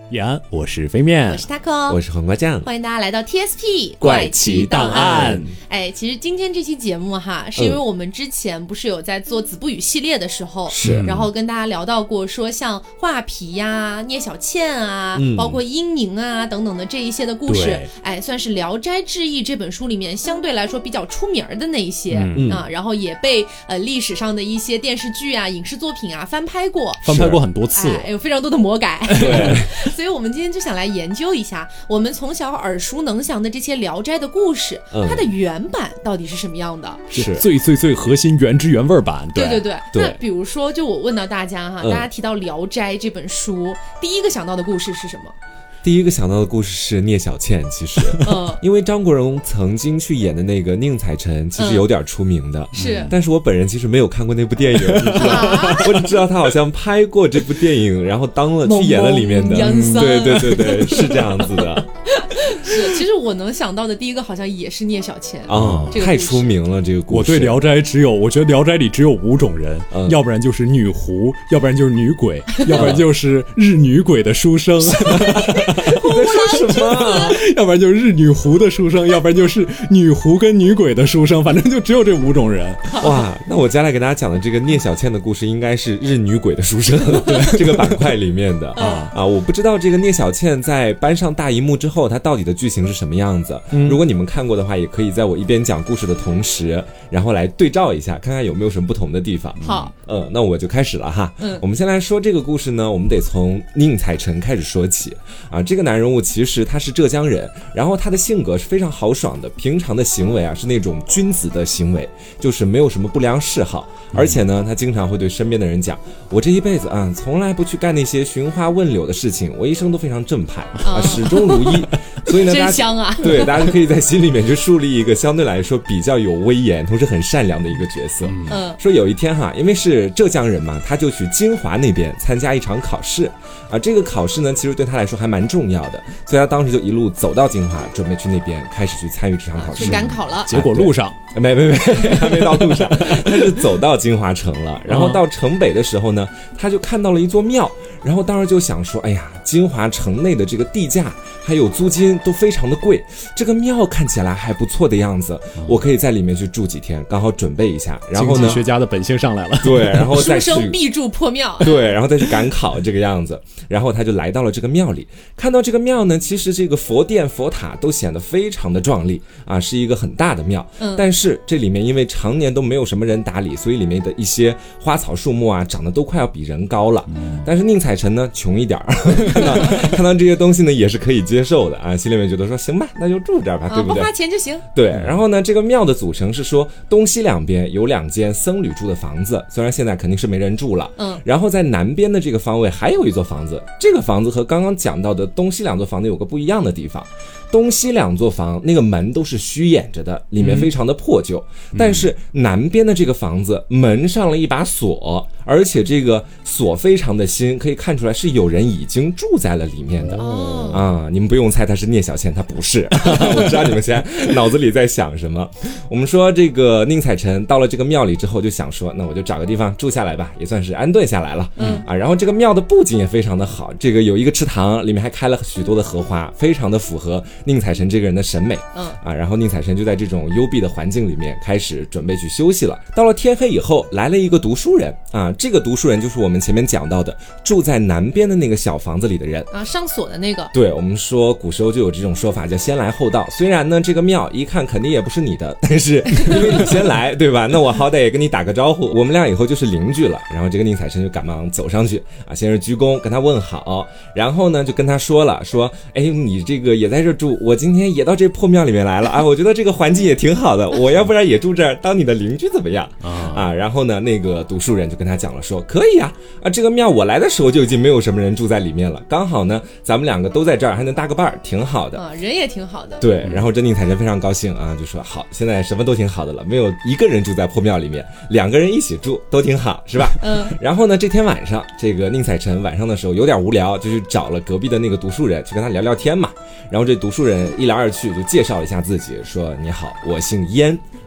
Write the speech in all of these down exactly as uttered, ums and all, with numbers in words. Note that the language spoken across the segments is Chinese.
叶安，我是飞面， 我是 Taco， 我是黄瓜酱， 欢迎大家来到 T S P 怪奇档案。 哎，其实今天这期节目哈，是因为我们之前不是有在做子不语系列的时候， 是、嗯， 然后跟大家聊到过说像画皮呀、聂小倩啊、嗯，包括英宁啊等等的这一些的故事，哎，算是《聊斋志异》这本书里面相对来说比较出名的那一些、嗯、啊，然后也被呃历史上的一些电视剧啊、影视作品啊翻拍过， 翻拍过很多次， 哎，有非常多的魔改。 对。 所以我们今天就想来研究一下我们从小耳熟能详的这些聊斋的故事、嗯、它的原版到底是什么样的， 是最最最核心原汁原味版。 对对 对, 对, 对那比如说就我问到大家哈、嗯、大家提到聊斋这本书第一个想到的故事是什么？ 第一个想到的故事是聂小倩，其实，嗯，因为张国荣曾经去演的那个宁采臣，其实有点出名的，嗯、 是， 但是我本人其实没有看过那部电影，你知道，我只知道他好像拍过这部电影，然后当了去演了里面的，嗯、对对对对，是这样子的。 是，其实我能想到的第一个好像也是聂小倩啊、这个，太出名了这个故事。 我对聊斋只有，我觉得聊斋里只有五种人，嗯、要不然就是女狐，要不然就是女鬼，要不然就是日女鬼的书生。 你在说什么？ 要不然就是日女狐的书生，要不然就是女狐跟女鬼的书生，反正就只有这五种人。 哇，那我接下来给大家讲的这个聂小倩的故事，应该是日女鬼的书生这个板块里面的啊啊！我不知道这个聂小倩在搬上大荧幕之后，她到底的剧情是什么样子。嗯、如果你们看过的话，也可以在我一边讲故事的同时，然后来对照一下，看看有没有什么不同的地方。 好， 嗯，那我就开始了哈。嗯，我们先来说这个故事呢，我们得从宁采臣开始说起啊。这个男人物其实他是浙江人，然后他的性格是非常豪爽的，平常的行为啊是那种君子的行为，就是没有什么不良嗜好，而且呢，他经常会对身边的人讲，我这一辈子啊，从来不去干那些寻花问柳的事情，我一生都非常正派啊，始终如一。所以呢， 真香啊！ 对，大家就可以在心里面去树立一个相对来说比较有威严，同时很善良的一个角色。嗯，说有一天哈，因为是浙江人嘛，他就去金华那边参加一场考试啊。这个考试呢，其实对他来说还蛮重要的，所以他当时就一路走到金华，准备去那边开始去参与这场考试。 去赶考了， 结果路上、 啊、没没没，还没到路上，他是走到金华城了。然后到城北的时候呢，他就看到了一座庙，然后当时就想说，哎呀，金华城内的这个地价还有租金都非常的贵，这个庙看起来还不错的样子，我可以在里面去住几天，刚好准备一下。然后呢， 经济学家的本性上来了， 对，然后再去书生必住破庙， 对，然后再去赶考这个样子。然后他就来到了这个庙里，看到这个庙呢，其实这个佛殿佛塔都显得非常的壮丽啊，是一个很大的庙。嗯，但是这里面因为常年都没有什么人打理，所以里面的一些花草树木啊，长得都快要比人高了。嗯，但是宁采臣呢，穷一点看到看到这些东西呢，也是可以接受的啊，心里面觉得说行吧，那就住这儿吧，对不对？ 不花钱就行。 对，然后呢，这个庙的组成是说东西两边有两间僧侣住的房子，虽然现在肯定是没人住了。嗯，然后在南边的这个方位还有一座房子，这个房子和刚刚讲到的东西两座房子有个不一样的地方。东西两座房那个门都是虚掩着的，里面非常的破旧、嗯、但是南边的这个房子门上了一把锁，而且这个锁非常的新，可以看出来是有人已经住在了里面的、哦、啊！你们不用猜他是聂小倩，他不是我知道你们现在脑子里在想什么。我们说这个宁采臣到了这个庙里之后就想说，那我就找个地方住下来吧，也算是安顿下来了。嗯啊，然后这个庙的布景也非常的好，这个有一个池塘，里面还开了许多的荷花，非常的符合宁采臣这个人的审美。嗯啊，然后宁采臣就在这种幽闭的环境里面开始准备去休息了。到了天黑以后，来了一个读书人啊，这个读书人就是我们前面讲到的住在南边的那个小房子里的人啊，上锁的那个。 对，我们说古时候就有这种说法叫先来后到，虽然呢这个庙一看肯定也不是你的，但是因为你先来对吧，那我好歹也跟你打个招呼，我们俩以后就是邻居了。然后这个宁采臣就赶忙走上去啊，先是鞠躬跟他问好，然后呢就跟他说了说，哎，你这个也在这住，我今天也到这破庙里面来了啊，我觉得这个环境也挺好的，我要不然也住这儿当你的邻居怎么样啊？啊，然后呢那个读书人就跟他讲了说，可以啊，啊这个庙我来的时候就已经没有什么人住在里面了，刚好呢咱们两个都在这儿，还能搭个伴儿，挺好的啊，人也挺好的。 对，然后这宁采臣非常高兴啊，就说好，现在什么都挺好的了，没有一个人住在破庙里面，两个人一起住都挺好，是吧？嗯。然后呢这天晚上，这个宁采臣晚上的时候有点无聊，就去找了隔壁的那个读书人去跟他聊聊天嘛。然后这读书人一来二去就介绍了一下自己，说你好，我姓燕啊，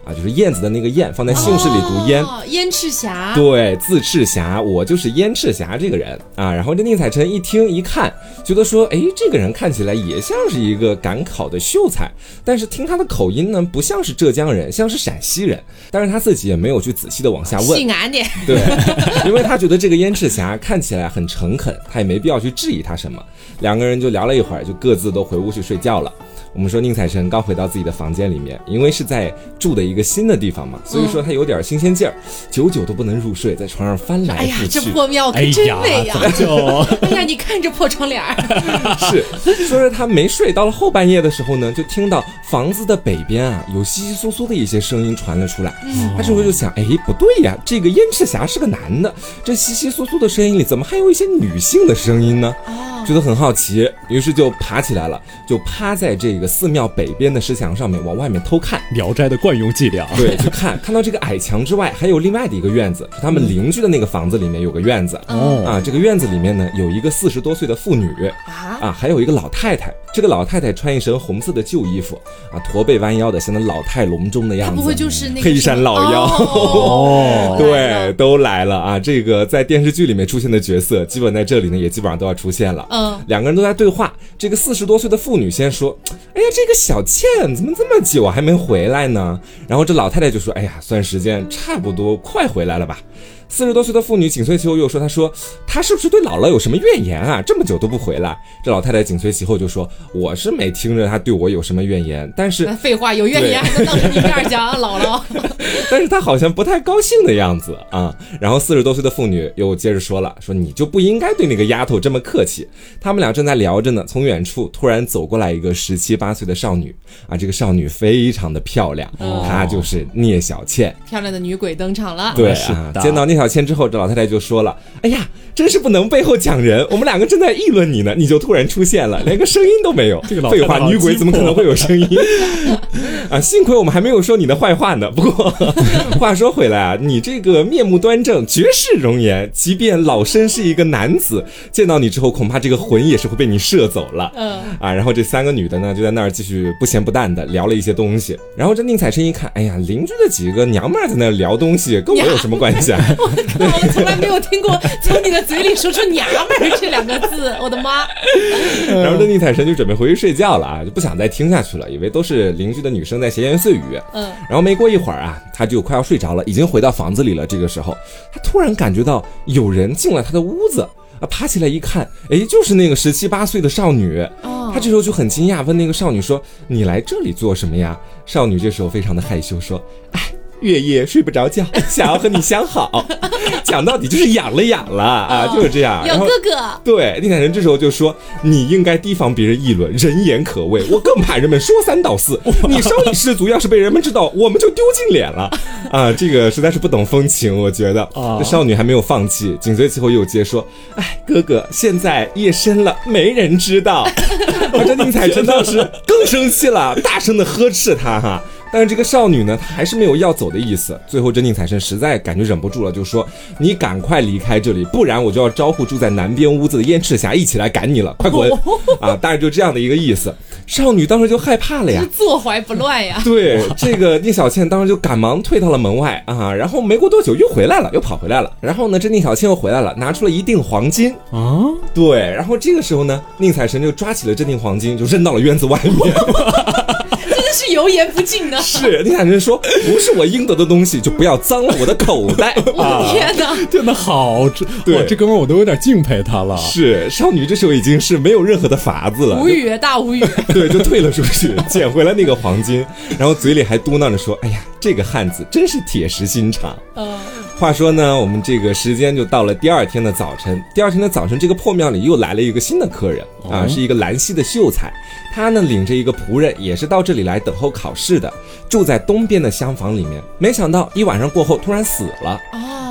啊，就是燕子的那个燕，放在姓氏里读燕。 哦，燕赤霞。 对，字赤霞，我就是燕赤霞这个人啊。然后这宁采臣一听一看，觉得说，哎，这个人看起来也像是一个赶考的秀才，但是听他的口音呢，不像是浙江人，像是陕西人。但是他自己也没有去仔细的往下问。 姓俺的。 对，因为他觉得这个燕赤霞看起来很诚恳，他也没必要去质疑他什么。两个人就聊了一会儿，就各自都回屋去睡觉了。我们说宁采臣刚回到自己的房间里面，因为是在住的一个新的地方嘛，所以说他有点新鲜劲儿，嗯、久久都不能入睡，在床上翻来覆去。 哎呀，这破庙可真美呀！ 哎呀，就哎呀，你看这破窗帘是，说着他没睡，到了后半夜的时候呢，就听到房子的北边啊有稀稀疏疏的一些声音传了出来。嗯、他这回就想，哎，不对呀，这个燕赤霞是个男的，这稀稀疏疏的声音里怎么还有一些女性的声音呢？哦觉得很好奇，于是就爬起来了，就趴在这个寺庙北边的石墙上面往外面偷看。 聊斋的惯用伎俩， 对，去看看到这个矮墙之外还有另外的一个院子，他们邻居的那个房子里面有个院子。哦、嗯、啊，这个院子里面呢有一个四十多岁的妇女啊，啊，还有一个老太太。这个老太太穿一身红色的旧衣服啊，驼背弯腰的，显得老态龙钟的样子。 她不会就是那个黑山老妖？ 哦， 对，都来了啊！这个在电视剧里面出现的角色，基本在这里呢也基本上都要出现了。嗯，两个人都在对话。这个四十多岁的妇女先说：“哎呀，这个小倩怎么这么久还没回来呢？”然后这老太太就说：“哎呀，算时间差不多，快回来了吧。”四十多岁的妇女紧随其后又说：“她说她是不是对姥姥有什么怨言啊？这么久都不回来。”这老太太紧随其后就说：“我是没听着她对我有什么怨言，但是废话，有怨言还能当着你面讲姥姥。 但是她好像不太高兴的样子啊。”然后四十多岁的妇女又接着说了：“说你就不应该对那个丫头这么客气。”他们俩正在聊着呢，从远处突然走过来一个十七八岁的少女啊，这个少女非常的漂亮，哦、她就是聂小倩， 漂亮的女鬼登场了。 对啊，见到聂小倩之后，这老太太就说了：“哎呀，真是不能背后讲人，我们两个正在议论你呢，你就突然出现了，连个声音都没有。这个废话，女鬼怎么可能会有声音啊？幸亏我们还没有说你的坏话呢。不过话说回来啊，你这个面目端正，绝世容颜，即便老身是一个男子，见到你之后，恐怕这个魂也是会被你射走了。嗯啊，然后这三个女的呢，就在那儿继续不咸不淡的聊了一些东西。然后这宁采臣一看，哎呀，邻居的几个娘们在那聊东西，跟我有什么关系啊？ 我靠，我从来没有听过从你的嘴里说出娘们这两个字，我的妈！ 然后这宁采臣就准备回去睡觉了啊，就不想再听下去了，以为都是邻居的女生在闲言碎语。嗯，然后没过一会儿啊，他就快要睡着了，已经回到房子里了。这个时候，他突然感觉到有人进了他的屋子啊，爬起来一看，哎，就是那个十七八岁的少女。哦，他这时候就很惊讶，问那个少女说：“你来这里做什么呀？”少女这时候非常的害羞说：“哎。”月夜睡不着觉，想要和你相好，讲到底就是痒了痒了啊，哦、就是这样。 有哥哥。 对，宁采臣这时候就说：“你应该提防别人议论，人言可畏。我更怕人们说三道四。你稍一失足，要是被人们知道，我们就丢尽脸了。”啊，这个实在是不懂风情，我觉得。哦、这少女还没有放弃，紧随其后又接说：“哎，哥哥，现在夜深了，没人知道。”我这宁采臣当时更生气了，大声的呵斥他哈。但是这个少女呢，她还是没有要走的意思。最后这宁采臣实在感觉忍不住了，就说：“你赶快离开这里，不然我就要招呼住在南边屋子的燕赤霞一起来赶你了，快滚！”啊，大概就这样的一个意思。少女当时就害怕了呀， 坐怀不乱呀。 对，这个聂小倩当时就赶忙退到了门外啊，然后没过多久又回来了，又跑回来了。然后呢，这聂小倩又回来了，拿出了一锭黄金啊。对，然后这个时候呢，宁采臣就抓起了这锭黄金，就扔到了院子外面。 是油盐不进的。 是，宁采臣说：“不是我应得的东西，就不要脏了我的口袋。” 啊、天哪， 真的好，哇，这哥们儿我都有点敬佩他了。 是，少女这时候已经是没有任何的法子了， 无语，大无语。 对，就退了出去，捡回了那个黄金，然后嘴里还嘟囔着说：“哎呀，这个汉子真是铁石心肠。”嗯。话说呢，我们这个时间就到了第二天的早晨。第二天的早晨，这个破庙里又来了一个新的客人啊，是一个兰溪的秀才。他呢领着一个仆人，也是到这里来等候考试的，住在东边的厢房里面。没想到一晚上过后突然死了。哦。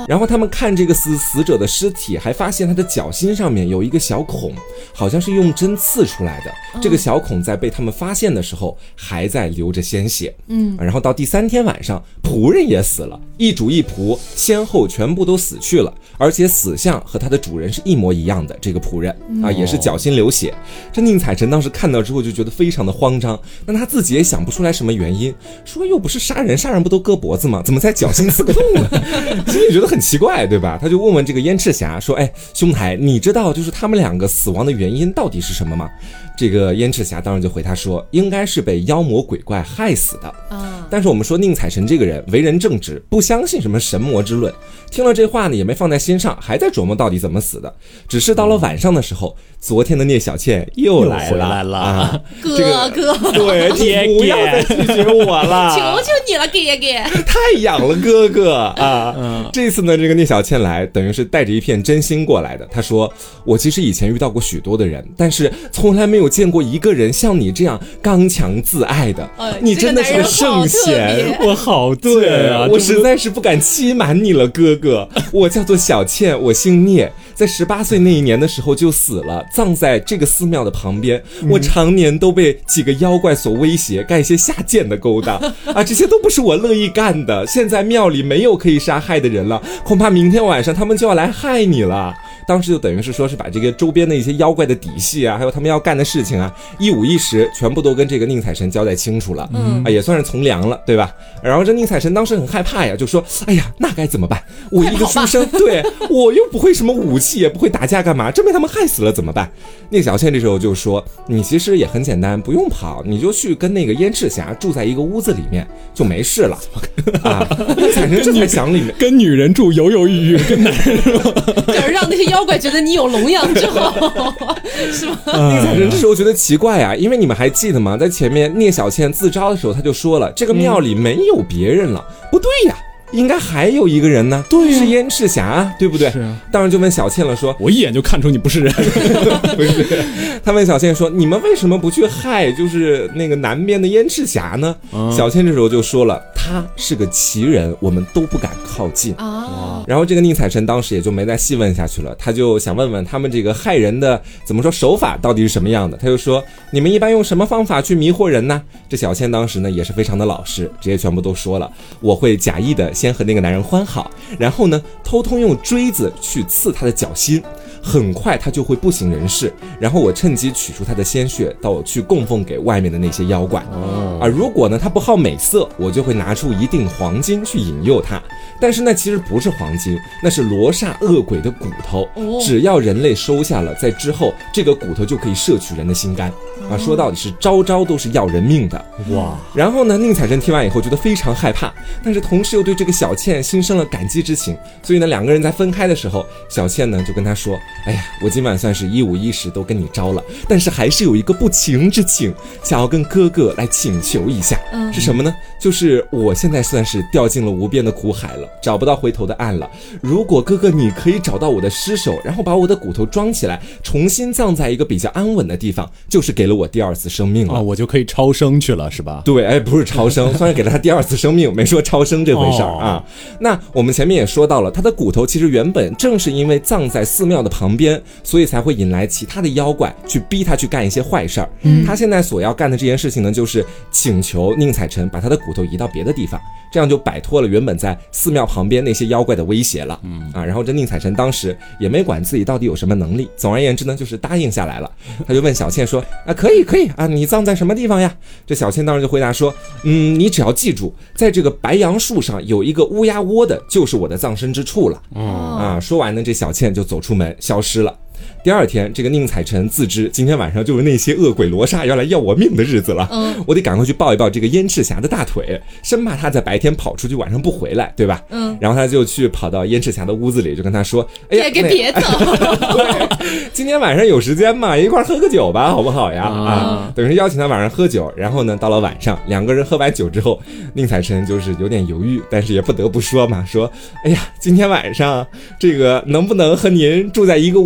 然后他们看这个死死者的尸体，还发现他的脚心上面有一个小孔，好像是用针刺出来的。这个小孔在被他们发现的时候还在流着鲜血。嗯，然后到第三天晚上，仆人也死了，一主一仆先后全部都死去了，而且死相和他的主人是一模一样的。这个仆人啊，也是脚心流血。这宁采臣当时看到之后就觉得非常的慌张，但他自己也想不出来什么原因，说又不是杀人，杀人不都割脖子吗？怎么在脚心刺个洞呢？心里觉得很奇怪，对吧？他就问问这个燕赤霞说：“哎，兄台，你知道就是他们两个死亡的原因到底是什么吗？”这个燕赤霞当然就回他说，应该是被妖魔鬼怪害死的。啊，但是我们说宁采臣这个人为人正直，不相信什么神魔之论，听了这话呢也没放在心上，还在琢磨到底怎么死的。只是到了晚上的时候，昨天的聂小倩又来了， 又回来了啊， 哥这个、 哥， 对， 爹你不要再拒绝我了， 求求你了，哥哥， 太痒了，哥哥啊！嗯、这次呢，这个聂小倩来，等于是带着一片真心过来的。她说：“我其实以前遇到过许多的人，但是从来没有见过一个人像你这样刚强自爱的。呃、你真的是个圣贤， 我好对啊！ 我实在是不敢欺瞒你了，哥哥。我叫做小倩，我姓聂，在十八岁那一年的时候就死了，葬在这个寺庙的旁边。我常年都被几个妖怪所威胁，干一些下贱的勾当啊，这些都不是我乐意干的。现在庙里没有可以杀害的人了，恐怕明天晚上他们就要来害你了。”当时就等于是说是把这个周边的一些妖怪的底细啊，还有他们要干的事情啊，一五一十全部都跟这个宁采臣交代清楚了。嗯，啊，也算是从良了，对吧？然后这宁采臣当时很害怕呀，就说：“哎呀，那该怎么办？我一个书生，对我又不会什么武器，也不会打架，干嘛？真被他们害死了怎么办？”聂小倩这时候就说：“你其实也很简单，不用跑，你就去跟那个燕赤霞住在一个屋子里面，就没事了。”啊，宁采臣这才想里面跟女人住犹犹豫豫，跟男人就是让那些妖怪觉得你有龙阳之后，是吗？ 宁采臣这时候觉得奇怪啊，因为你们还记得吗？在前面聂小倩自招的时候，他就说了，这个庙里没有别人了，嗯、不对呀。应该还有一个人呢，对、啊，是燕赤霞，对不对？是啊。当然就问小倩了说， 我一眼就看出你不是人。 不是，他问小倩说，你们为什么不去害就是那个南边的燕赤霞呢？嗯、小倩这时候就说了，他是个奇人，我们都不敢靠近啊。然后这个宁采臣当时也就没再细问下去了，他就想问问他们这个害人的怎么说手法到底是什么样的。他就说，你们一般用什么方法去迷惑人呢？这小倩当时呢也是非常的老实，直接全部都说了，我会假意的先和那个男人欢好，然后呢偷偷用锥子去刺他的脚心，很快他就会不省人事，然后我趁机取出他的鲜血，到我去供奉给外面的那些妖怪。哦，而如果呢他不好美色，我就会拿出一锭黄金去引诱他，但是那其实不是黄金，那是罗刹恶鬼的骨头，哦、只要人类收下了，在之后这个骨头就可以摄取人的心肝。啊，说到底是招招都是要人命的哇！然后呢，宁采臣听完以后觉得非常害怕，但是同时又对这个小倩心生了感激之情，所以呢，两个人在分开的时候，小倩呢就跟他说：“哎呀，我今晚算是一五一十都跟你招了，但是还是有一个不情之请，想要跟哥哥来请求一下，嗯、是什么呢？就是我现在算是掉进了无边的苦海了，找不到回头的岸了。如果哥哥你可以找到我的尸首，然后把我的骨头装起来，重新葬在一个比较安稳的地方，就是给了我第二次生命了。 哦，我就可以超生去了，是吧？ 对，哎，不是超生，算是给了他第二次生命，没说超生这回事儿、哦、啊。那我们前面也说到了，他的骨头其实原本正是因为葬在寺庙的旁边，所以才会引来其他的妖怪去逼他去干一些坏事儿。嗯，他现在所要干的这件事情呢，就是请求宁采臣把他的骨头移到别的地方，这样就摆脱了原本在寺庙旁边那些妖怪的威胁了。嗯啊，然后这宁采臣当时也没管自己到底有什么能力，总而言之呢，就是答应下来了。他就问小倩说：“啊，可以可以啊，你葬在什么地方呀？”这小倩当时就回答说：“嗯，你只要记住，在这个白杨树上有一个乌鸦窝的，就是我的葬身之处了。”哦啊，说完呢，这小倩就走出门消失了。第二天，这个宁采臣自知今天晚上就是那些恶鬼罗刹要来要我命的日子了，嗯，我得赶快去抱一抱这个燕赤霞的大腿，生怕他在白天跑出去，晚上不回来，对吧？嗯，然后他就去跑到燕赤霞的屋子里，就跟他说：“哎呀， 别别走， 对，今天晚上有时间嘛，一块喝个酒吧，好不好呀？”啊，啊等于是邀请他晚上喝酒。然后呢，到了晚上，两个人喝完酒之后，宁采臣就是有点犹豫，但是也不得不说嘛，说：“哎呀，今天晚上这个能不能和您住在一个屋子里？”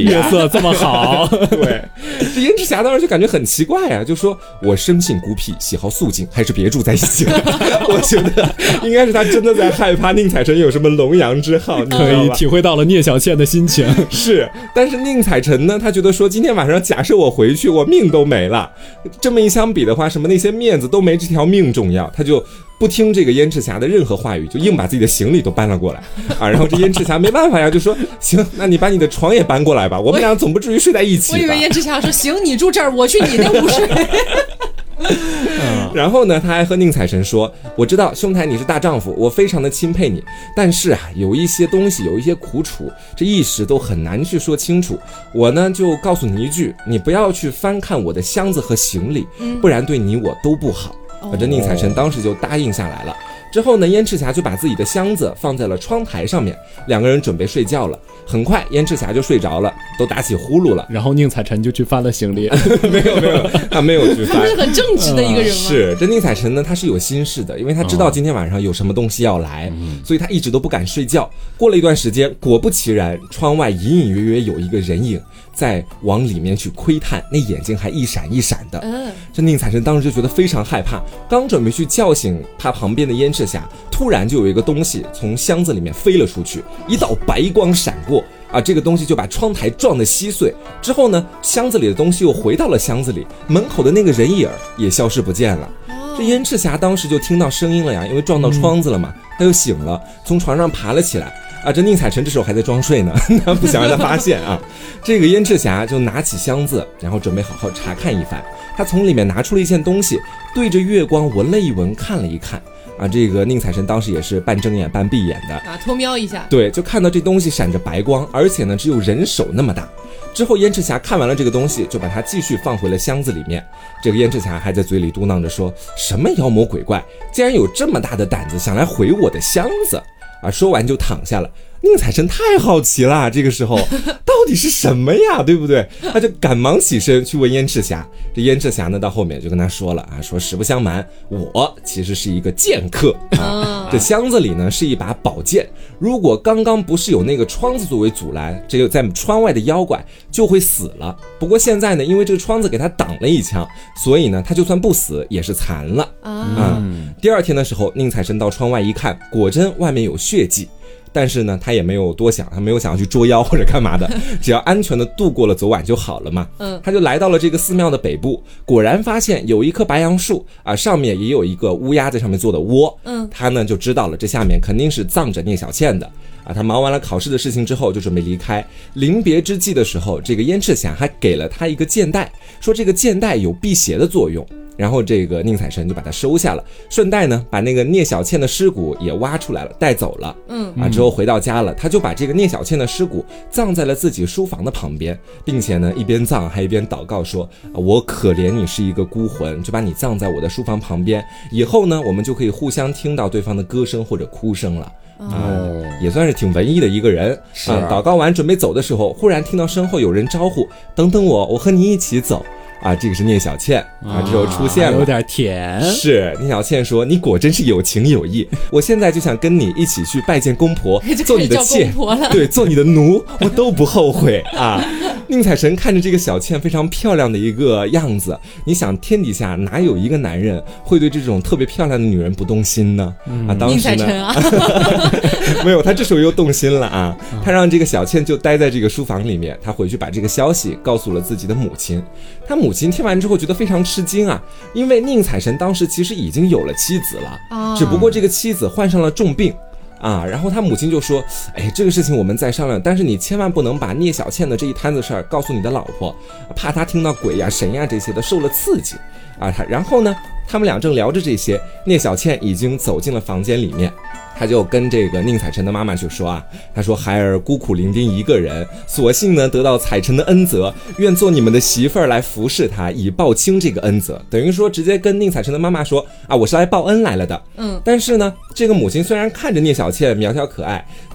月色这么好。 对，这燕赤霞当时就感觉很奇怪啊，就说我生性孤僻，喜好肃静，还是别住在一起了。我觉得应该是他真的在害怕宁采臣有什么龙阳之好，你可以体会到了聂小倩的心情。 是，但是宁采臣呢，他觉得说今天晚上假设我回去，我命都没了。这么一相比的话，什么那些面子都没这条命重要，他就不听这个燕赤霞的任何话语，就硬把自己的行李都搬了过来啊！然后这燕赤霞没办法呀，就说行，那你把你的床也搬过来吧，我们俩总不至于睡在一起吧。 我以为燕赤霞说行，你住这儿，我去你那屋睡。 然后呢，他还和宁采臣说，我知道兄台你是大丈夫，我非常的钦佩你，但是啊，有一些东西有一些苦楚，这一时都很难去说清楚。我呢就告诉你一句，你不要去翻看我的箱子和行李，不然对你我都不好。反正宁采臣当时就答应下来了。之后呢，燕赤霞就把自己的箱子放在了窗台上面，两个人准备睡觉了。很快燕赤霞就睡着了，都打起呼噜了。 然后宁采臣就去翻了行李。 没有没有，他没有去翻。 他是很正直的一个人吗？ 是，这宁采臣呢，他是有心事的，因为他知道今天晚上有什么东西要来，嗯、所以他一直都不敢睡觉。过了一段时间，果不其然，窗外隐隐约约有一个人影在往里面去窥探，那眼睛还一闪一闪的。嗯，这宁采臣当时就觉得非常害怕，刚准备去叫醒他旁边的燕赤霞，突然就有一个东西从箱子里面飞了出去，一道白光闪过。啊，这个东西就把窗台撞得稀碎。之后呢，箱子里的东西又回到了箱子里，门口的那个人影也消失不见了。这燕赤霞当时就听到声音了呀，因为撞到窗子了嘛，他又醒了，从床上爬了起来。啊，这宁采臣这时候还在装睡呢，他不想让他发现啊。这个燕赤霞就拿起箱子，然后准备好好查看一番。他从里面拿出了一件东西，对着月光闻了一闻，看了一看。啊，这个宁采臣当时也是半睁眼半闭眼的啊，偷瞄一下， 对，就看到这东西闪着白光，而且呢只有人手那么大。之后燕赤霞看完了这个东西，就把它继续放回了箱子里面。这个燕赤霞还在嘴里嘟囔着说，什么妖魔鬼怪，竟然有这么大的胆子想来毁我的箱子啊！说完就躺下了。宁采臣太好奇了，这个时候到底是什么呀，对不对？他就赶忙起身去问燕赤霞。这燕赤霞呢，到后面就跟他说了啊，说实不相瞒，我其实是一个剑客啊。这箱子里呢是一把宝剑，如果刚刚不是有那个窗子作为阻拦，这个在窗外的妖怪就会死了。不过现在呢，因为这个窗子给他挡了一枪，所以呢，他就算不死也是残了啊。啊第二天的时候，宁采臣到窗外一看，果真外面有血迹。但是呢，他也没有多想，他没有想要去捉妖或者干嘛的，只要安全的度过了昨晚就好了嘛。嗯，他就来到了这个寺庙的北部，果然发现有一棵白杨树啊，上面也有一个乌鸦在上面做的窝。嗯，他呢就知道了，这下面肯定是葬着聂小倩的啊。他忙完了考试的事情之后，就准备离开。临别之际的时候，这个燕赤霞还给了他一个剑带，说这个剑带有辟邪的作用。然后这个宁采臣就把它收下了，顺带呢把那个聂小倩的尸骨也挖出来了，带走了。嗯啊，之后回到家了，他就把这个聂小倩的尸骨葬在了自己书房的旁边，并且呢一边葬还一边祷告说，我可怜你是一个孤魂，就把你葬在我的书房旁边，以后呢我们就可以互相听到对方的歌声或者哭声了。哦、嗯，也算是挺文艺的一个人。是啊，祷告完准备走的时候，忽然听到身后有人招呼，等等我，我和你一起走。啊，这个是聂小倩啊，这时候出现了， 有点甜。 是聂小倩说：“你果真是有情有义，我现在就想跟你一起去拜见公婆，做你的妾，对，做你的奴，我都不后悔啊。”宁采臣看着这个小倩非常漂亮的一个样子，你想天底下哪有一个男人会对这种特别漂亮的女人不动心呢？嗯、啊，当时呢， 啊、 没有，他这时候又动心了啊！他让这个小倩就待在这个书房里面，他回去把这个消息告诉了自己的母亲，他母。母亲听完之后觉得非常吃惊啊，因为宁采臣当时其实已经有了妻子了，哦、只不过这个妻子患上了重病啊，然后他母亲就说，哎，这个事情我们再商量，但是你千万不能把聂小倩的这一摊子事儿告诉你的老婆，怕她听到鬼呀、神呀这些的受了刺激啊。然后呢，他们俩正聊着这些，聂小倩已经走进了房间里面。他就跟这个宁采臣的妈妈就说啊，他说孩儿孤苦伶仃一个人，所幸呢得到采臣的恩泽，愿做你们的媳妇儿来服侍他，以报清这个恩泽。等于说直接跟宁采臣的妈妈说啊，我是来报恩来了的。嗯，但是呢，这个母亲虽然看着聂小倩苗条可爱，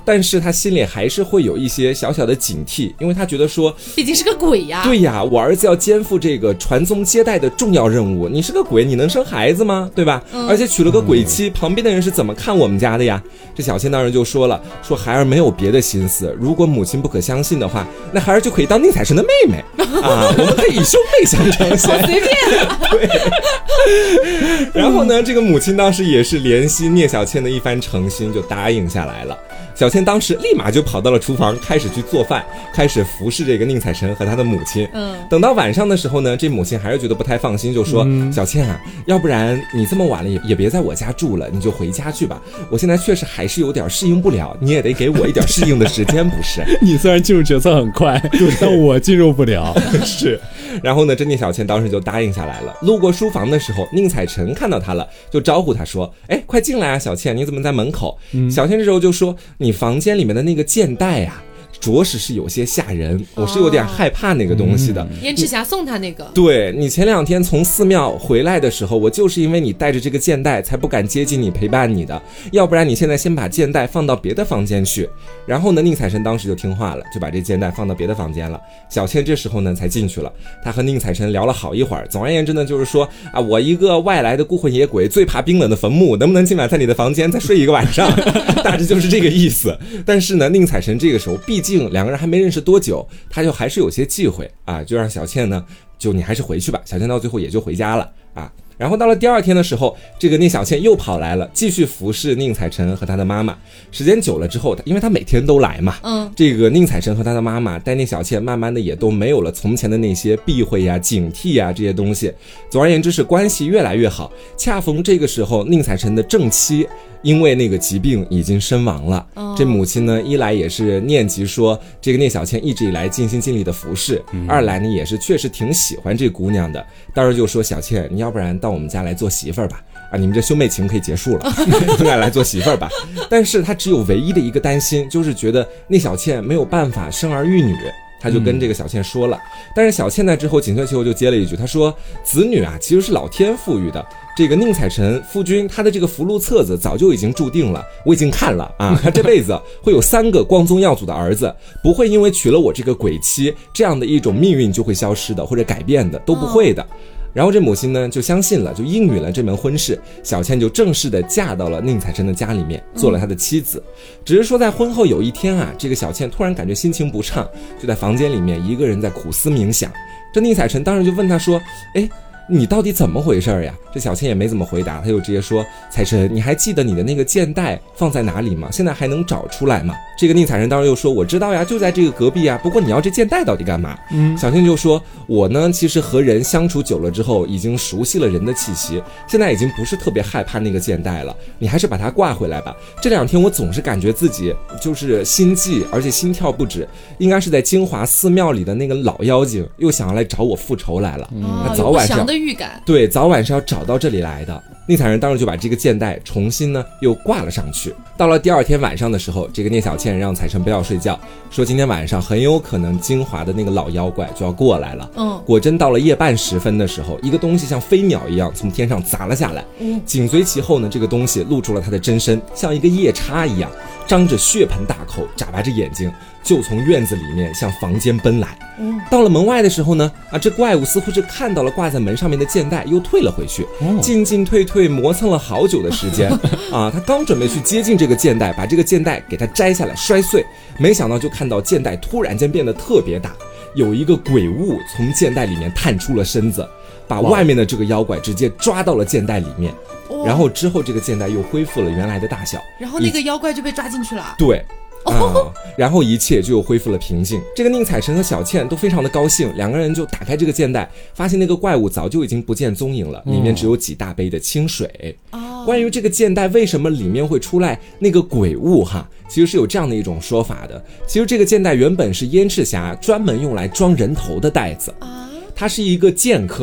但是他心里还是会有一些小小的警惕，因为他觉得说， 毕竟是个鬼呀。 对呀，我儿子要肩负这个传宗接代的重要任务，你是个鬼，你能生孩子吗？对吧？嗯、而且娶了个鬼妻，嗯、旁边的人是怎么看我们家的呀？这小倩当然就说了，说孩儿没有别的心思，如果母亲不可相信的话，那孩儿就可以当宁采臣的妹妹啊，我们可以以兄妹相称。 好随便、啊。 对。然后呢，这个母亲当时也是怜惜聂小倩的一番诚心，就答应下来了。小倩当时立马就跑到了厨房，开始去做饭，开始服侍这个宁采臣和他的母亲。嗯，等到晚上的时候呢，这母亲还是觉得不太放心，就说：“嗯、小倩啊，要不然你这么晚了也也别在我家住了，你就回家去吧。我现在确实还是有点适应不了，你也得给我一点适应的时间，不是？ 你虽然进入角色很快，但我进入不了。 是。然后呢，这聂小倩当时就答应下来了。路过书房的时候，宁采臣看到她了，就招呼她说：“哎，快进来啊，小倩，你怎么在门口？”嗯、小倩这时候就说：“你房间里面的那个箭袋啊，着实是有些吓人，我是有点害怕那个东西的。” 燕赤霞送他那个。 对，你前两天从寺庙回来的时候，我就是因为你带着这个箭袋才不敢接近你陪伴你的，要不然你现在先把箭袋放到别的房间去。然后呢，宁采臣当时就听话了，就把这箭袋放到别的房间了。小倩这时候呢才进去了，她和宁采臣聊了好一会儿。总而言之呢，就是说啊，我一个外来的孤魂野鬼，最怕冰冷的坟墓，能不能今晚在你的房间再睡一个晚上？大致就是这个意思。但是呢，宁采臣这个时候毕竟两个人还没认识多久，他就还是有些忌讳啊，就让小倩呢，就你还是回去吧。小倩到最后也就回家了啊。然后到了第二天的时候，这个聂小倩又跑来了，继续服侍宁采臣和他的妈妈。时间久了之后，因为他每天都来嘛，嗯，这个宁采臣和他的妈妈带聂小倩慢慢的也都没有了从前的那些避讳呀、警惕呀这些东西。总而言之是关系越来越好。恰逢这个时候，宁采臣的正妻因为那个疾病已经身亡了，哦、这母亲呢，一来也是念及说这个聂小倩一直以来尽心尽力的服侍，嗯、二来呢也是确实挺喜欢这姑娘的，当时就说小倩，你要不然到我们家来做媳妇儿吧，啊，你们这兄妹情可以结束了，应该来做媳妇儿吧。但是她只有唯一的一个担心，就是觉得聂小倩没有办法生儿育女。他就跟这个小倩说了，但是小倩在之后紧随其后就接了一句，他说子女啊其实是老天赋予的，这个宁采臣夫君他的这个福禄册子早就已经注定了，我已经看了啊，他这辈子会有三个光宗耀祖的儿子，不会因为娶了我这个鬼妻这样的一种命运就会消失的或者改变的，都不会的。然后这母亲呢就相信了，就应允了这门婚事，小倩就正式的嫁到了宁采臣的家里面，做了他的妻子。只是说在婚后有一天啊，这个小倩突然感觉心情不畅，就在房间里面一个人在苦思冥想。这宁采臣当时就问他说，哎，你到底怎么回事呀？这小倩也没怎么回答，他就直接说，采臣，你还记得你的那个箭袋放在哪里吗？现在还能找出来吗？这个宁采臣当时又说，我知道呀，就在这个隔壁啊，不过你要这箭袋到底干嘛？嗯，小倩就说，我呢其实和人相处久了之后，已经熟悉了人的气息，现在已经不是特别害怕那个箭袋了，你还是把它挂回来吧。这两天我总是感觉自己就是心悸，而且心跳不止，应该是在金华寺庙里的那个老妖精又想要来找我复仇来了。嗯，他早晚上有不祥的预感， 对，早晚是要找到这里来的。宁采臣当时就把这个箭袋重新呢又挂了上去。到了第二天晚上的时候，这个聂小倩让采臣不要睡觉，说今天晚上很有可能金华的那个老妖怪就要过来了。嗯，果真到了夜半时分的时候，一个东西像飞鸟一样从天上砸了下来。嗯，紧随其后呢，这个东西露出了它的真身，像一个夜叉一样，张着血盆大口，眨巴着眼睛，就从院子里面向房间奔来。嗯，到了门外的时候呢，啊，这怪物似乎是看到了挂在门上面的箭袋，又退了回去，哦、进进退退磨蹭了好久的时间。啊，他刚准备去接近这个箭袋，把这个箭袋给它摘下来摔碎，没想到就看到箭袋突然间变得特别大，有一个鬼物从箭袋里面探出了身子，把外面的这个妖怪直接抓到了箭袋里面。然后之后这个箭袋又恢复了原来的大小， 然后那个妖怪就被抓进去了。 对。啊、嗯，然后一切就又恢复了平静。这个宁采臣和小倩都非常的高兴，两个人就打开这个箭袋，发现那个怪物早就已经不见踪影了，里面只有几大杯的清水。哦，关于这个箭袋为什么里面会出来那个鬼物哈，其实是有这样的一种说法的。其实这个箭袋原本是燕赤霞专门用来装人头的袋子啊，它是一个剑客嘛。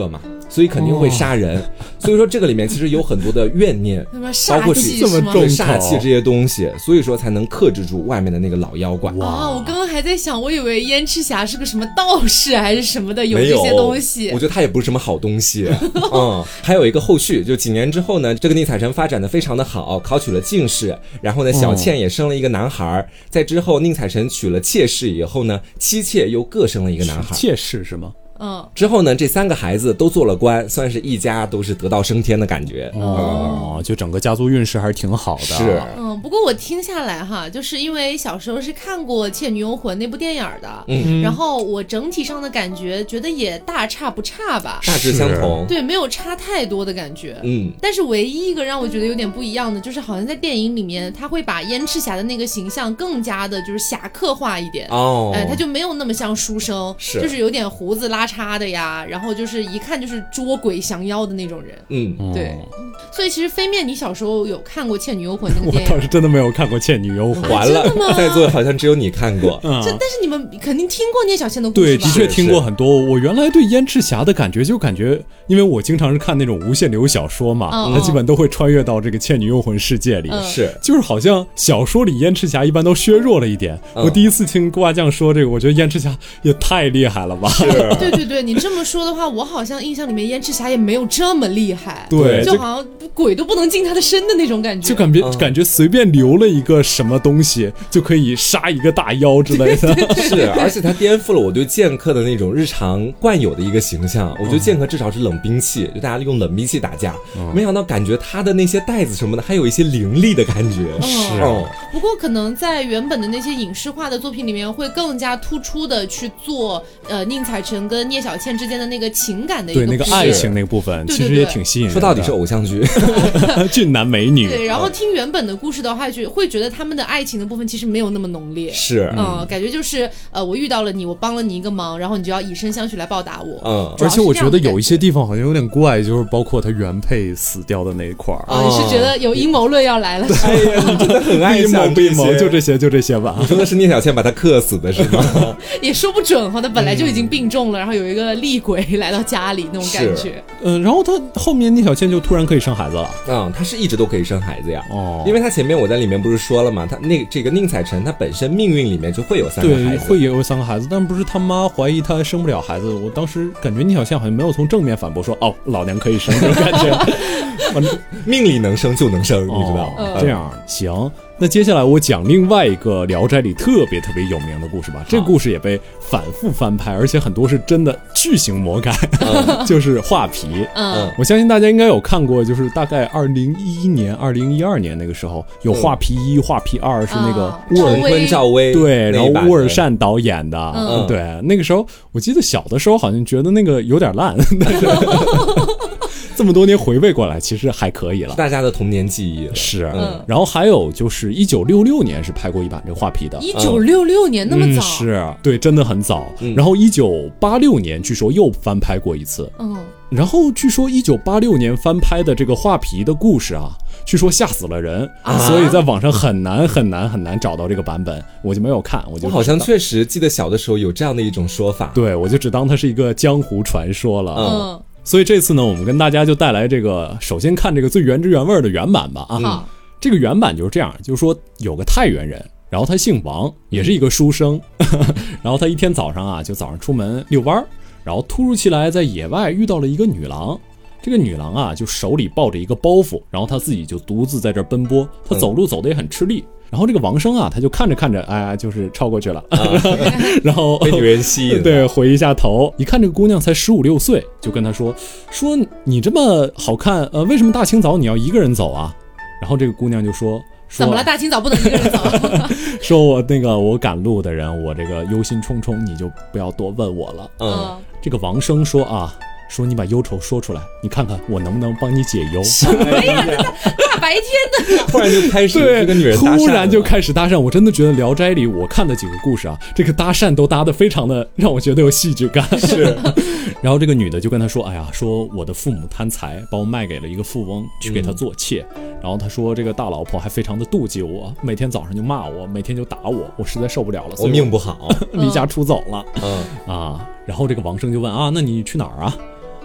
所以肯定会杀人。所以说这个里面其实有很多的怨念，包括是这么重煞气这些东西，所以说才能克制住外面的那个老妖怪。 哇！我刚刚还在想，我以为燕赤霞是个什么道士还是什么的，有这些东西。 我觉得他也不是什么好东西。嗯，还有一个后续，就几年之后呢，这个宁采臣发展的非常的好，考取了进士，然后呢，小倩也生了一个男孩。嗯、在之后，宁采臣娶了妾室以后呢，妻妾又各生了一个男孩。 妾室是吗？ 嗯， 之后呢，这三个孩子都做了官，算是一家都是得道升天的感觉。 哦，嗯、就整个家族运势还是挺好的。 是， 嗯，不过我听下来哈，就是因为小时候是看过《倩女幽魂》那部电影的，嗯，然后我整体上的感觉觉得也大差不差吧， 大致相同， 对，没有差太多的感觉。 嗯， 但是唯一一个让我觉得有点不一样的，就是好像在电影里面，他会把燕赤霞的那个形象更加的就是侠客化一点。 哦， 哎，他就没有那么像书生， 是， 就是有点胡子拉碴的呀。然后就是一看就是捉鬼降妖的那种人， 嗯， 对。所以其实飞面，你小时候有看过《倩女幽魂》那个电影？ 我倒是真的没有看过《倩女幽魂》。 完了，在座好像只有你看过。 嗯，这但是你们肯定听过聂小倩的故事吧？ 对，的确听过很多。我原来对燕赤霞的感觉就感觉，因为我经常是看那种无限流小说嘛， 嗯、 它基本都会穿越到这个《倩女幽魂》世界里。 嗯、 是， 就是好像小说里燕赤霞一般都削弱了一点。嗯、我第一次听瓜酱说这个，我觉得燕赤霞也太厉害了吧？ 是， 对对对，你这么说的话，我好像印象里面燕赤霞也没有这么厉害， 对， 就好像鬼都不能进她的身的那种感觉， 就感觉、 嗯、 感觉随便留了一个什么东西就可以杀一个大妖之类的。 对对对对， 是，而且它颠覆了我对剑客的那种日常惯有的一个形象。我觉得剑客至少是冷兵器，就大家用冷兵器打架，嗯、没想到感觉他的那些袋子什么的还有一些凌厉的感觉。 是、 嗯， 不过可能在原本的那些影视化的作品里面，会更加突出的去做呃宁采臣跟聂小倩之间的那个情感的一个对那个爱情那个部分，其实也挺吸引人的。 说到底是偶像剧， 俊男美女。 对，然后听原本的故事的话，觉会觉得他们的爱情的部分其实没有那么浓烈。 是， 嗯，嗯感觉就是呃，我遇到了你，我帮了你一个忙，然后你就要以身相许来报答我。 嗯， 而且我觉得有一些地方好像有点怪，就是包括他原配死掉的那一块儿。 哦，你是觉得有阴谋论要来了？ 哎呀，你真的很爱阴谋不阴谋，就这些，就这些吧。 你说的是聂小倩把他克死的是吗？ 也说不准哈，他本来就已经病重了，然后有一个厉鬼来到家里那种感觉。 嗯，然后他后面聂小倩就突然可以生孩子了。 嗯，他是一直都可以生孩子呀。 哦， 因为他前面我在里面不是说了嘛，他那这个宁采臣他本身命运里面就会有三个孩子， 对，会有三个孩子，但不是他妈怀疑他生不了孩子。我当时感觉聂小倩好像没有从正面反驳说，哦，老娘可以生，这种感觉。 反正命里能生就能生， 哦、 你知道？ 嗯、这样行。那接下来我讲另外一个《聊斋》里特别特别有名的故事吧。这个故事也被反复翻拍，而且很多是真的巨型魔改，嗯、就是画皮。 嗯， 我相信大家应该有看过，就是大概二零一一年、二零一二年那个时候有画皮一、嗯、画皮二，是那个乌尔坤赵薇对，然后乌尔善导演的。 嗯， 对，那个时候我记得小的时候好像觉得那个有点烂，但是这么多年回味过来，其实还可以了， 大家的童年记忆了。 是，嗯，然后还有就是一九六六年是拍过一版这个画皮的， 一九六六年那么早， 嗯、是对，真的很早。 嗯、 然后一九八六年据说又翻拍过一次， 嗯， 然后据说一九八六年翻拍的这个画皮的故事啊，据说吓死了人， 啊、 所以在网上很难很难很难找到这个版本，我就没有看，我就我好像确实记得小的时候有这样的一种说法， 对，我就只当它是一个江湖传说了， 嗯。 所以这次呢，我们跟大家就带来这个，首先看这个最原汁原味的原版吧啊。 嗯、 这个原版就是这样，就是说有个太原人，然后他姓王，也是一个书生，然后他一天早上啊，就早上出门遛弯，然后突如其来在野外遇到了一个女郎。这个女郎啊，就手里抱着一个包袱，然后她自己就独自在这儿奔波，她走路走得也很吃力。嗯，然后这个王生啊，他就看着看着，哎，就是超过去了，啊、然后被女人吸引， 对，回一下头，一看这个姑娘才十五六岁，就跟她说说你这么好看，呃，为什么大清早你要一个人走啊？然后这个姑娘就说说怎么了？大清早不能一个人走？ 说我那个我赶路的人，我这个忧心忡忡，你就不要多问我了。 嗯， 这个王生说啊。说你把忧愁说出来，你看看我能不能帮你解忧。 什么呀，大白天的， 突然就开始这个女人搭讪， 突然就开始搭讪。我真的觉得《聊斋》里我看的几个故事啊，这个搭讪都搭得非常的让我觉得有戏剧感。 是， 然后这个女的就跟他说：“哎呀，说我的父母贪财，把我卖给了一个富翁去给他做妾。嗯、然后他说这个大老婆还非常的妒忌我，每天早上就骂我，每天就打我，我实在受不了了，所以我命不好， 离家出走了。 嗯啊，然后这个王生就问啊，那你去哪儿啊？”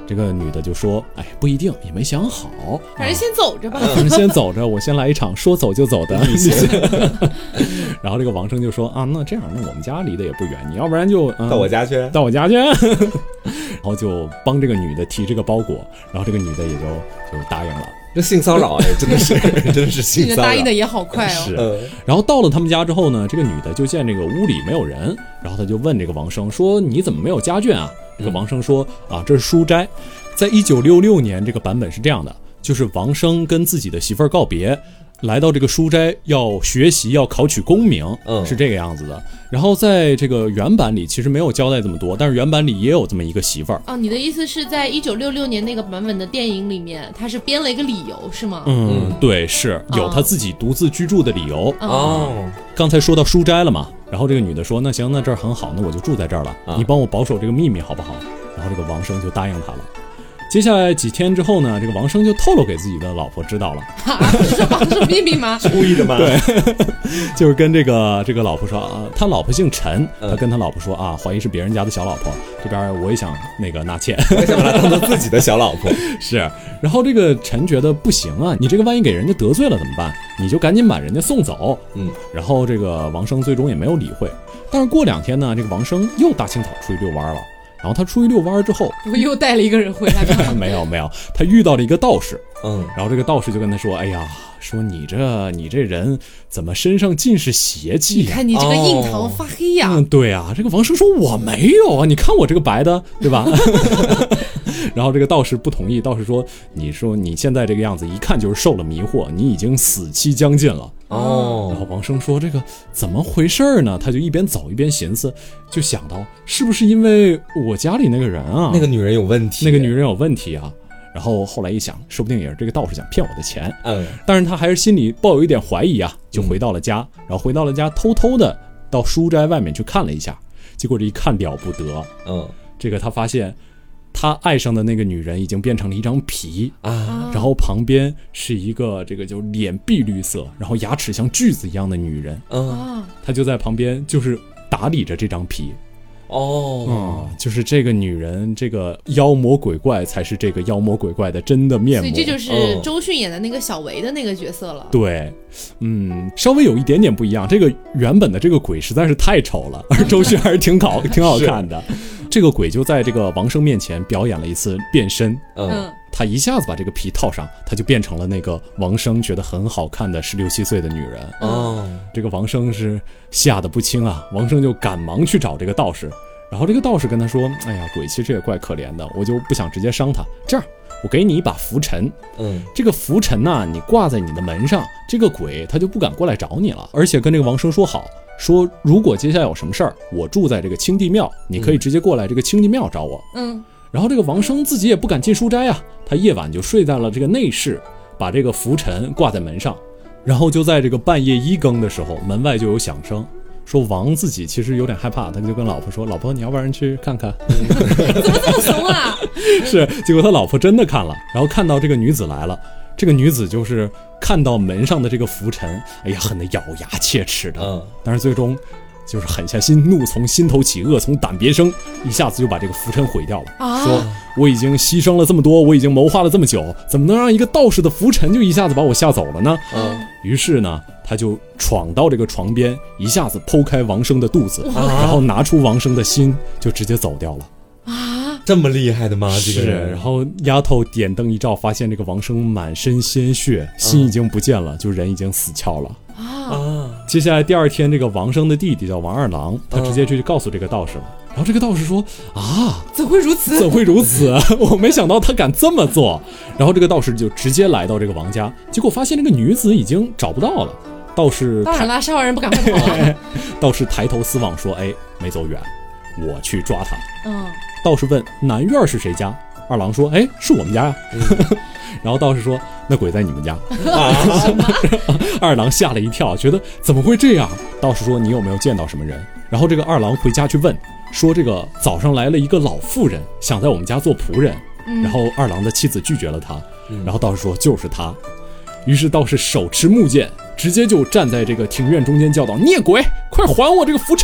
这个女的就说，哎，不一定，也没想好， 反正先走着吧， 反正先走着，我先来一场说走就走的旅行。然后这个王生就说啊，那这样，那我们家离得也不远，你要不然就、嗯、 到我家去， 到我家去。然后就帮这个女的提这个包裹，然后这个女的也就就答应了。 这性骚扰哎，真的是真的是性骚扰， 答应的也好快哦。 是，然后到了他们家之后呢，这个女的就见这个屋里没有人，然后她就问这个王生说：“你怎么没有家眷啊？”这个王生说：“啊，这是书斋，在一九六六年这个版本是这样的，就是王生跟自己的媳妇儿告别。”来到这个书斋要学习，要考取功名，嗯，是这个样子的。然后在这个原版里其实没有交代这么多，但是原版里也有这么一个媳妇儿。 哦，你的意思是在一九六六年那个版本的电影里面，他是编了一个理由是吗？ 嗯，对，是有他自己独自居住的理由。 哦， 刚才说到书斋了嘛，然后这个女的说：“那行，那这儿很好，那我就住在这儿了，啊、你帮我保守这个秘密好不好？”然后这个王生就答应他了。接下来几天之后呢，这个王生就透露给自己的老婆知道了。 啊，是保守秘密吗？ 故意的吗？ 对，就是跟这个这个老婆说啊，他老婆姓陈，他跟他老婆说啊，怀疑是别人家的小老婆，这边我也想那个纳妾， 我也想把她当做自己的小老婆。 是，然后这个陈觉得不行啊，你这个万一给人家得罪了怎么办？你就赶紧把人家送走。嗯，然后这个王生最终也没有理会。但是过两天呢，这个王生又大清早出去遛弯了。然后他出去遛弯之后， 我又带了一个人回来吗？ 没有没有，他遇到了一个道士， 嗯， 然后这个道士就跟他说：“哎呀，说你这你这人怎么身上尽是邪气、啊？ 你看你这个印堂发黑呀、啊！” 嗯，对啊，这个王生说：“我没有啊，你看我这个白的，对吧？”然后这个道士不同意，道士说：“你说你现在这个样子，一看就是受了迷惑，你已经死期将近了。” 哦， 然后王生说：“这个怎么回事呢？”他就一边走一边寻思，就想到是不是因为我家里那个人啊， 那个女人有问题， 那个女人有问题啊。然后后来一想，说不定也是这个道士想骗我的钱。 嗯， 但是他还是心里抱有一点怀疑啊，就回到了家，嗯、然后回到了家，偷偷的到书斋外面去看了一下，结果这一看了不得， 嗯， 这个他发现。他爱上的那个女人已经变成了一张皮啊， 然后旁边是一个这个就脸碧绿色，然后牙齿像锯子一样的女人， 嗯， 他就在旁边就是打理着这张皮。 哦， 嗯，就是这个女人，这个妖魔鬼怪才是这个妖魔鬼怪的真的面目。 所以这就是周迅演的那个小维的那个角色了。 嗯、对，嗯，稍微有一点点不一样。这个原本的这个鬼实在是太丑了，而周迅还是挺好挺好看的。这个鬼就在这个王生面前表演了一次变身， 嗯， 他一下子把这个皮套上，他就变成了那个王生觉得很好看的十六七岁的女人。 哦， 这个王生是吓得不轻啊，王生就赶忙去找这个道士，然后这个道士跟他说：“哎呀，鬼其实也怪可怜的，我就不想直接伤他，这样我给你一把拂尘， 嗯， 这个拂尘呢，你挂在你的门上，这个鬼他就不敢过来找你了，而且跟这个王生说好。”说如果接下来有什么事儿，我住在这个清帝庙，你可以直接过来这个清帝庙找我。 嗯， 然后这个王生自己也不敢进书斋啊，他夜晚就睡在了这个内室，把这个拂尘挂在门上，然后就在这个半夜一更的时候，门外就有响声，说王自己其实有点害怕，他就跟老婆说：“老婆，你要不然去看看。” 怎么这么怂啊？ 是，结果他老婆真的看了，然后看到这个女子来了。这个女子就是看到门上的这个拂尘，哎呀，恨得咬牙切齿的。 嗯， 但是最终就是狠下心，怒从心头起，恶从胆边生，一下子就把这个拂尘毁掉了。 啊， 说我已经牺牲了这么多，我已经谋划了这么久，怎么能让一个道士的拂尘就一下子把我吓走了呢？ 嗯， 于是呢，他就闯到这个床边，一下子剖开王生的肚子， 啊、 然后拿出王生的心，就直接走掉了。 啊， 这么厉害的吗？这个人。 是，然后丫头点灯一照，发现这个王生满身鲜血，心已经不见了，嗯、就人已经死翘了。 啊！ 接下来第二天，这个王生的弟弟叫王二郎，他直接去告诉这个道士了。然后这个道士说：“啊， 怎会如此？ 怎会如此？我没想到他敢这么做。”然后这个道士就直接来到这个王家，结果发现这个女子已经找不到了。道士当然啦，杀完人不赶快跑啊！ 道士抬头四望，说：“哎，没走远，我去抓他。” 嗯。 道士问：“南院是谁家？”二郎说：“哎，是我们家呀。嗯”然后道士说：“那鬼在你们家。”二郎吓了一跳，觉得怎么会这样？道士说：“你有没有见到什么人？”然后这个二郎回家去问，说这个早上来了一个老妇人，想在我们家做仆人。嗯、然后二郎的妻子拒绝了他。然后道士说：“就是他。”于是道士手持木剑，直接就站在这个庭院中间叫道：“孽鬼，快还我这个拂尘来！”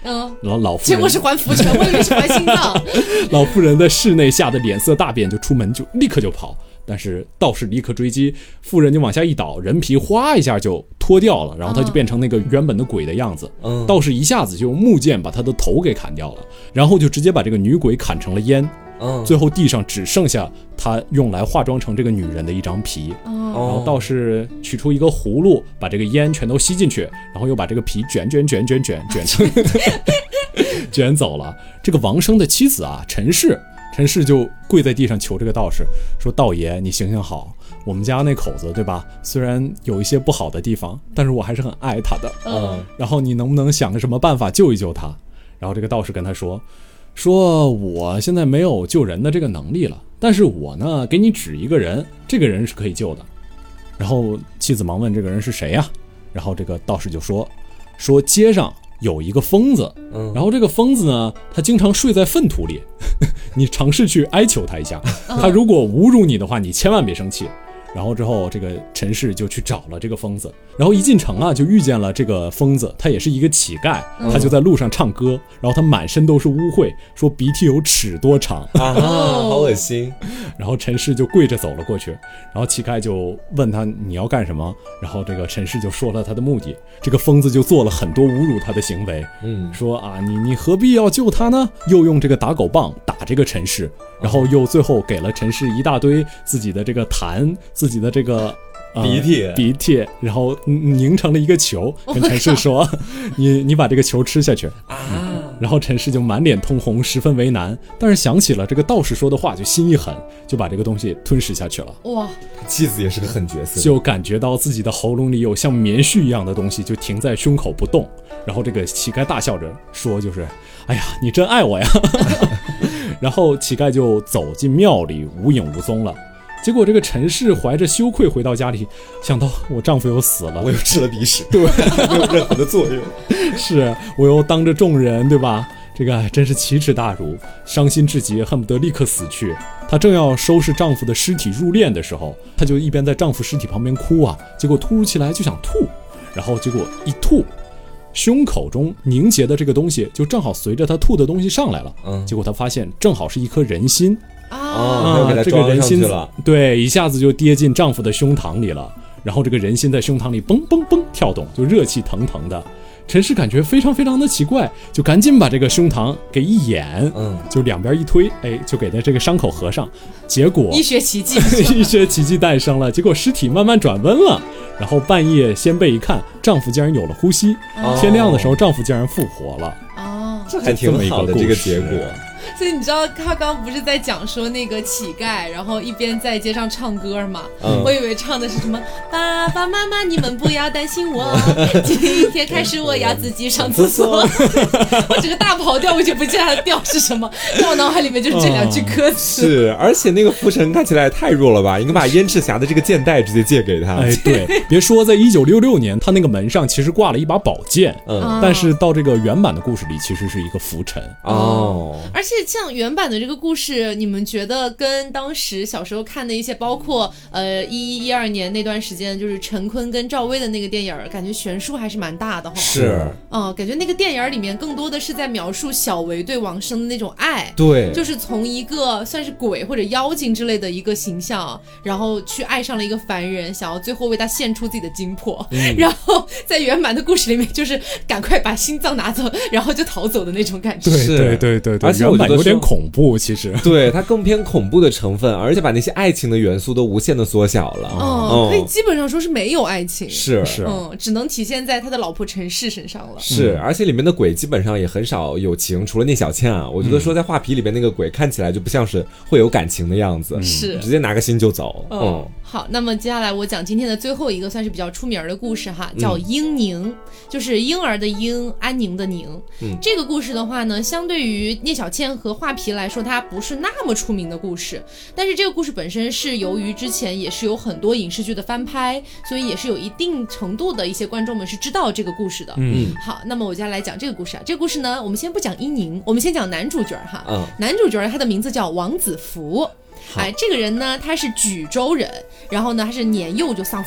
嗯， 然后老妇人结果是还福全，我以为是还心脏。 老妇人在室内吓得脸色大变，就出门就立刻就跑。但是道士立刻追击，妇人就往下一倒，人皮哗一下就脱掉了，然后他就变成那个原本的鬼的样子。嗯，道士一下子就用木剑把他的头给砍掉了，然后就直接把这个女鬼砍成了烟。嗯，最后地上只剩下他用来化妆成这个女人的一张皮。哦，然后道士取出一个葫芦，把这个烟全都吸进去，然后又把这个皮卷卷卷卷卷卷成卷走了。这个王生的妻子啊，陈氏。陈氏就跪在地上求这个道士说：“道爷，你行行好，我们家那口子对吧？虽然有一些不好的地方，但是我还是很爱他的。嗯，然后你能不能想个什么办法救一救他？”然后这个道士跟他说：“说我现在没有救人的这个能力了，但是我呢，给你指一个人，这个人是可以救的。”然后妻子忙问：“这个人是谁呀？”然后这个道士就说：“说街上有一个疯子，然后这个疯子呢，他经常睡在粪土里，你尝试去哀求他一下，他如果侮辱你的话，你千万别生气。”然后之后这个陈氏就去找了这个疯子，然后一进城啊就遇见了这个疯子，他也是一个乞丐，他就在路上唱歌，然后他满身都是污秽，说鼻涕有尺多长啊，好恶心。 然后陈氏就跪着走了过去，然后乞丐就问他你要干什么，然后这个陈氏就说了他的目的，这个疯子就做了很多侮辱他的行为，嗯，说啊你你何必要救他呢？又用这个打狗棒打这个陈氏，然后又最后给了陈氏一大堆自己的这个痰，自己的这个、呃、 鼻涕鼻涕，然后拧成了一个球，跟陈氏说：“你你把这个球吃下去啊。”然后陈氏就满脸通红，十分为难，但是想起了这个道士说的话，就心一狠，就把这个东西吞噬下去了。哇， 妻子也是个狠角色， 就感觉到自己的喉咙里有像棉絮一样的东西，就停在胸口不动。然后这个乞丐大笑着说：“就是，哎呀，你真爱我呀！”然后乞丐就走进庙里，无影无踪了。结果这个陈氏怀着羞愧回到家里，想到我丈夫又死了， 我又吃了鼻屎， 对， 没有任何的作用。 是我又当着众人，对吧？这个真是奇耻大辱，伤心至极，恨不得立刻死去。她正要收拾丈夫的尸体入殓的时候，她就一边在丈夫尸体旁边哭啊，结果突如其来就想吐，然后结果一吐，胸口中凝结的这个东西就正好随着她吐的东西上来了，嗯，结果她发现正好是一颗人心。 啊， 这个人心对，一下子就跌进丈夫的胸膛里了，然后这个人心在胸膛里嘣嘣嘣跳动，就热气腾腾的。陈氏感觉非常非常的奇怪，就赶紧把这个胸膛给一掩，嗯，就两边一推，哎，就给他这个伤口合上。结果医学奇迹， 医学奇迹诞生了。结果尸体慢慢转温了，然后半夜掀被一看，丈夫竟然有了呼吸。哦、天亮的时候，丈夫竟然复活了。 哦， 这还挺好的这个结果。 所以你知道他刚刚不是在讲说那个乞丐，然后一边在街上唱歌嘛、嗯、我以为唱的是什么爸爸妈妈你们不要担心我，今天开始我要自己上厕所。我整个大跑调，我已经不记得他的调是什么，在我脑海里面就是这两句歌词、 嗯、是，而且那个福成看起来也太弱了吧，应该把燕赤霞的这个剑带直接借给他。 哎，对，别说在一九六六年他那个门上其实挂了一把宝剑，嗯，但是到这个原版的故事里其实是一个浮尘哦。而且像原版的这个故事，你们觉得跟当时小时候看的一些，包括呃一一一二年那段时间，就是陈坤跟赵薇的那个电影，感觉悬殊还是蛮大的哈。 是， 嗯，感觉那个电影里面更多的是在描述小维对王生的那种爱， 对， 就是从一个算是鬼或者妖精之类的一个形象，然后去爱上了一个凡人，想要最后为他献出自己的精魄，嗯、然后在原版的故事里面，就是赶快把心脏拿走，然后就逃走的那种感觉。 对对对对对，而且原版有点恐怖，其实对它更偏恐怖的成分，而且把那些爱情的元素都无限的缩小了。 嗯，可以基本上说是没有爱情， 是是， 嗯，只能体现在他的老婆陈氏身上了。 是，而且里面的鬼基本上也很少有情，除了聂小倩啊，我觉得说在画皮里边那个鬼看起来就不像是会有感情的样子， 是、嗯、 直接拿个心就走。嗯。嗯好，那么接下来我讲今天的最后一个算是比较出名的故事哈，叫婴宁、嗯、就是婴儿的婴，安宁的宁、嗯、这个故事的话呢，相对于聂小倩和画皮来说，它不是那么出名的故事，但是这个故事本身是由于之前也是有很多影视剧的翻拍，所以也是有一定程度的一些观众们是知道这个故事的。嗯，好，那么我接下来讲这个故事啊，这个故事呢，我们先不讲婴宁，我们先讲男主角哈。嗯，男主角他的名字叫王子服。哎，这个人呢，他是莒州人，然后呢，他是年幼就丧父了，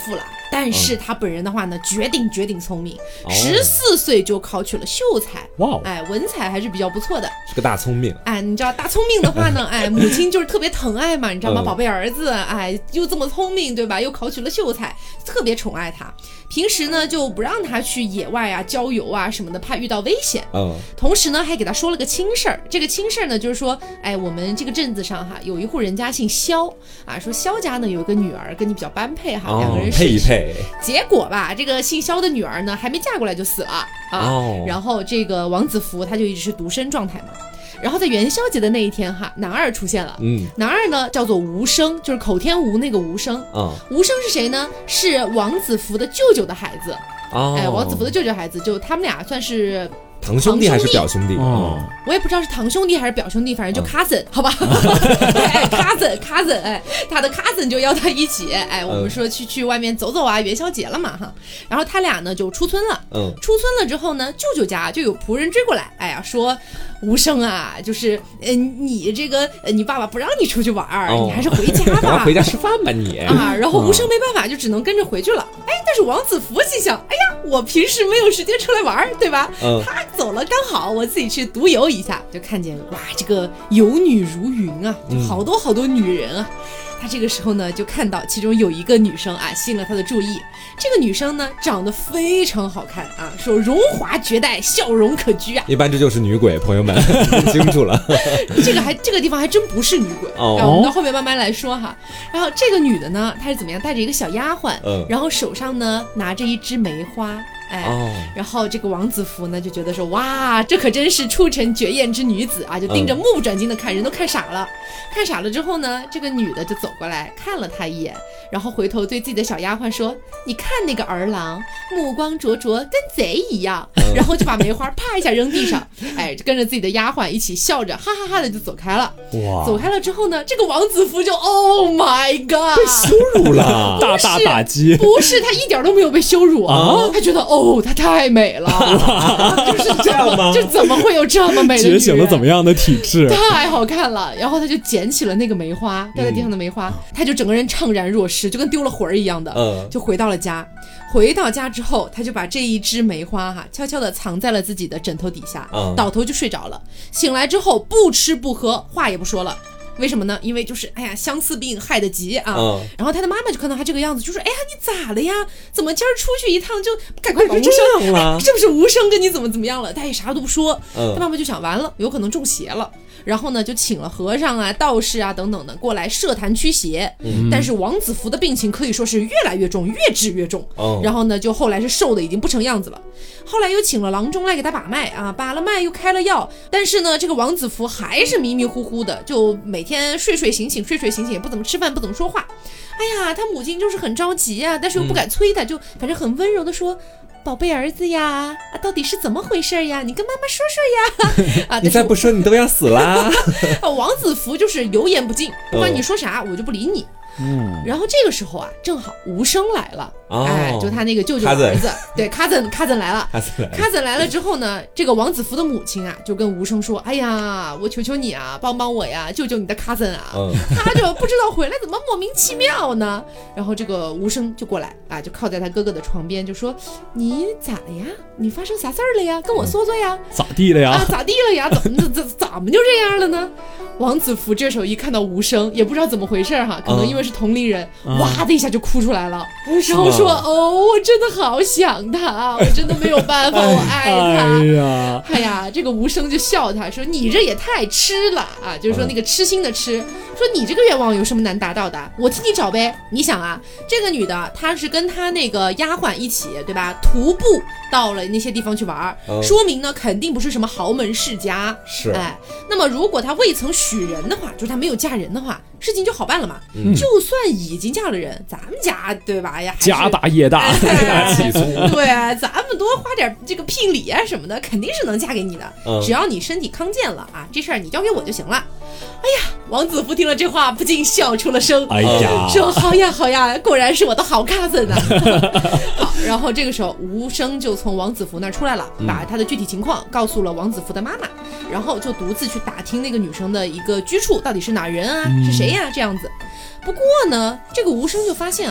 但是他本人的话呢，绝顶绝顶聪明，十四岁就考取了秀才， 哇， 哎，文采还是比较不错的， 是个大聪明。 哎，你知道大聪明的话呢，哎，母亲就是特别疼爱嘛，你知道吗？嗯、宝贝儿子，哎，又这么聪明，对吧？又考取了秀才，特别宠爱他。平时呢就不让他去野外啊、郊游啊什么的，怕遇到危险。嗯，同时呢还给他说了个亲事儿。这个亲事儿呢就是说，哎，我们这个镇子上哈有一户人家姓萧啊，说萧家呢有一个女儿跟你比较般配哈，哦、两个人配一配。 结果吧，这个姓萧的女儿呢还没嫁过来就死了啊。哦、然后这个王子服他就一直是独身状态嘛。然后在元宵节的那一天哈，男二出现了。嗯，男二呢叫做吴生，就是口天吴那个吴生。啊，吴生是谁呢？是王子服的舅舅的孩子。哦，哎，王子服的舅舅孩子，就他们俩算是堂兄弟还是表兄弟？ 哦，我也不知道是堂兄弟还是表兄弟，反正就 cousin，、嗯、好吧哎 ，cousin cousin， 哎，他的 cousin 就邀他一起，哎，我们说去去外面走走啊，元宵节了嘛哈。然后他俩呢就出村了。嗯，出村了之后呢，舅舅家就有仆人追过来，哎呀说。吴生啊，就是呃，你这个呃，你爸爸不让你出去玩、哦、你还是回家吧， 赶快回家吃饭吧你啊。然后吴生没办法，就只能跟着回去了。哎，但是王子服心想，哎呀，我平时没有时间出来玩，对吧？嗯、他走了，刚好我自己去独游一下，就看见哇，这个有女如云啊，就好多好多女人啊。嗯，他这个时候呢就看到其中有一个女生啊吸引了他的注意，这个女生呢长得非常好看啊，说荣华绝代，笑容可掬啊。一般这就是女鬼，朋友们听清楚了。 这个还这个地方还真不是女鬼，哦、我们到后面慢慢来说哈。然后这个女的呢，她是怎么样？带着一个小丫鬟，嗯、然后手上呢拿着一支梅花。哎，哦、然后这个王子服呢就觉得说，哇，这可真是出尘绝艳之女子啊，就盯着目不转睛的看，嗯、人都看傻了。看傻了之后呢，这个女的就走过来看了他一眼，然后回头对自己的小丫鬟说，你看那个儿郎目光灼灼跟贼一样，嗯、然后就把梅花啪一下扔地上，哎，跟着自己的丫鬟一起笑着哈哈哈的就走开了。哇，走开了之后呢，这个王子服就 Oh my God， 被羞辱了， 大大打击。 不是，他一点都没有被羞辱啊，他觉得哦，她太美了，就是这样吗？ 就怎么会有这么美的女人？ 觉醒了怎么样的体质？ 太好看了。然后他就捡起了那个梅花，掉在地上的梅花，嗯、他就整个人怅然若失，就跟丢了魂儿一样的，嗯、就回到了家。回到家之后，他就把这一支梅花哈，悄悄地藏在了自己的枕头底下，嗯、倒头就睡着了。醒来之后，不吃不喝，话也不说了。为什么呢？因为就是哎呀，相思病害得急啊。嗯、然后他的妈妈就看到他这个样子，就说：“哎呀，你咋了呀？怎么今儿出去一趟就赶快把吴生了？是不是吴生跟你怎么怎么样了？”他也啥都不说。嗯、他妈妈就想完了，有可能中邪了。然后呢，就请了和尚啊、道士啊等等的过来设坛驱邪。嗯、但是王子服的病情可以说是越来越重，越治越重。哦、然后呢，就后来是瘦的已经不成样子了。后来又请了郎中来给他把脉啊，把了脉又开了药，但是呢，这个王子服还是迷迷糊糊的，就每天睡睡醒醒，睡睡醒醒，也不怎么吃饭，不怎么说话。哎呀，他母亲就是很着急啊，但是又不敢催他，就反正很温柔的说。宝贝儿子呀，啊，到底是怎么回事呀？你跟妈妈说说呀！啊， 你再不说，你都要死啦！ 王子服就是油盐不进，不管你说啥，我就不理你。嗯，然后这个时候啊，正好吴生来了，哦、哎，就他那个舅舅的儿子，对 cousin cousin 来了 ，cousin 来了之后呢，这个王子服的母亲啊，就跟吴生说，哎呀，我求求你啊，帮帮我呀，救救你的 cousin 啊，嗯、他就不知道回来怎么莫名其妙呢。然后这个吴生就过来啊，就靠在他哥哥的床边，就说，你咋了呀？你发生啥事儿了呀？跟我说说呀。 咋地了呀？ 啊，咋地了呀？怎么怎怎么就这样了呢？王子服这时候一看到吴生，也不知道怎么回事哈，可能因为是同龄人，嗯、哇的一下就哭出来了，然后说：“哦，我真的好想他，我真的没有办法，我爱他。”哎呀，哎呀，这个吴生就笑他说：“你这也太痴了啊！”就是说那个痴心的痴，说你这个愿望有什么难达到的？我替你找呗。你想啊，这个女的她是跟她那个丫鬟一起，对吧？徒步到了那些地方去玩，嗯、说明呢肯定不是什么豪门世家。 是， 哎，那么如果她未曾许人的话，就是她没有嫁人的话，事情就好办了嘛。嗯、就算已经嫁了人，咱们家对吧呀？ 家大业大，财大气粗。 对啊，咱们多花点这个聘礼啊什么的，肯定是能嫁给你的。嗯、只要你身体康健了啊，这事儿你交给我就行了。哎呀，王子服听了这话，不禁笑出了声。 哎呀， 说好呀好呀，果然是我的好 cousin 啊。好，然后这个时候吴生就从王子服那儿出来了，把他的具体情况告诉了王子服的妈妈，然后就独自去打听那个女生的一个居处到底是哪人啊，是谁呀、啊、这样子。不过呢，这个吴生就发现啊，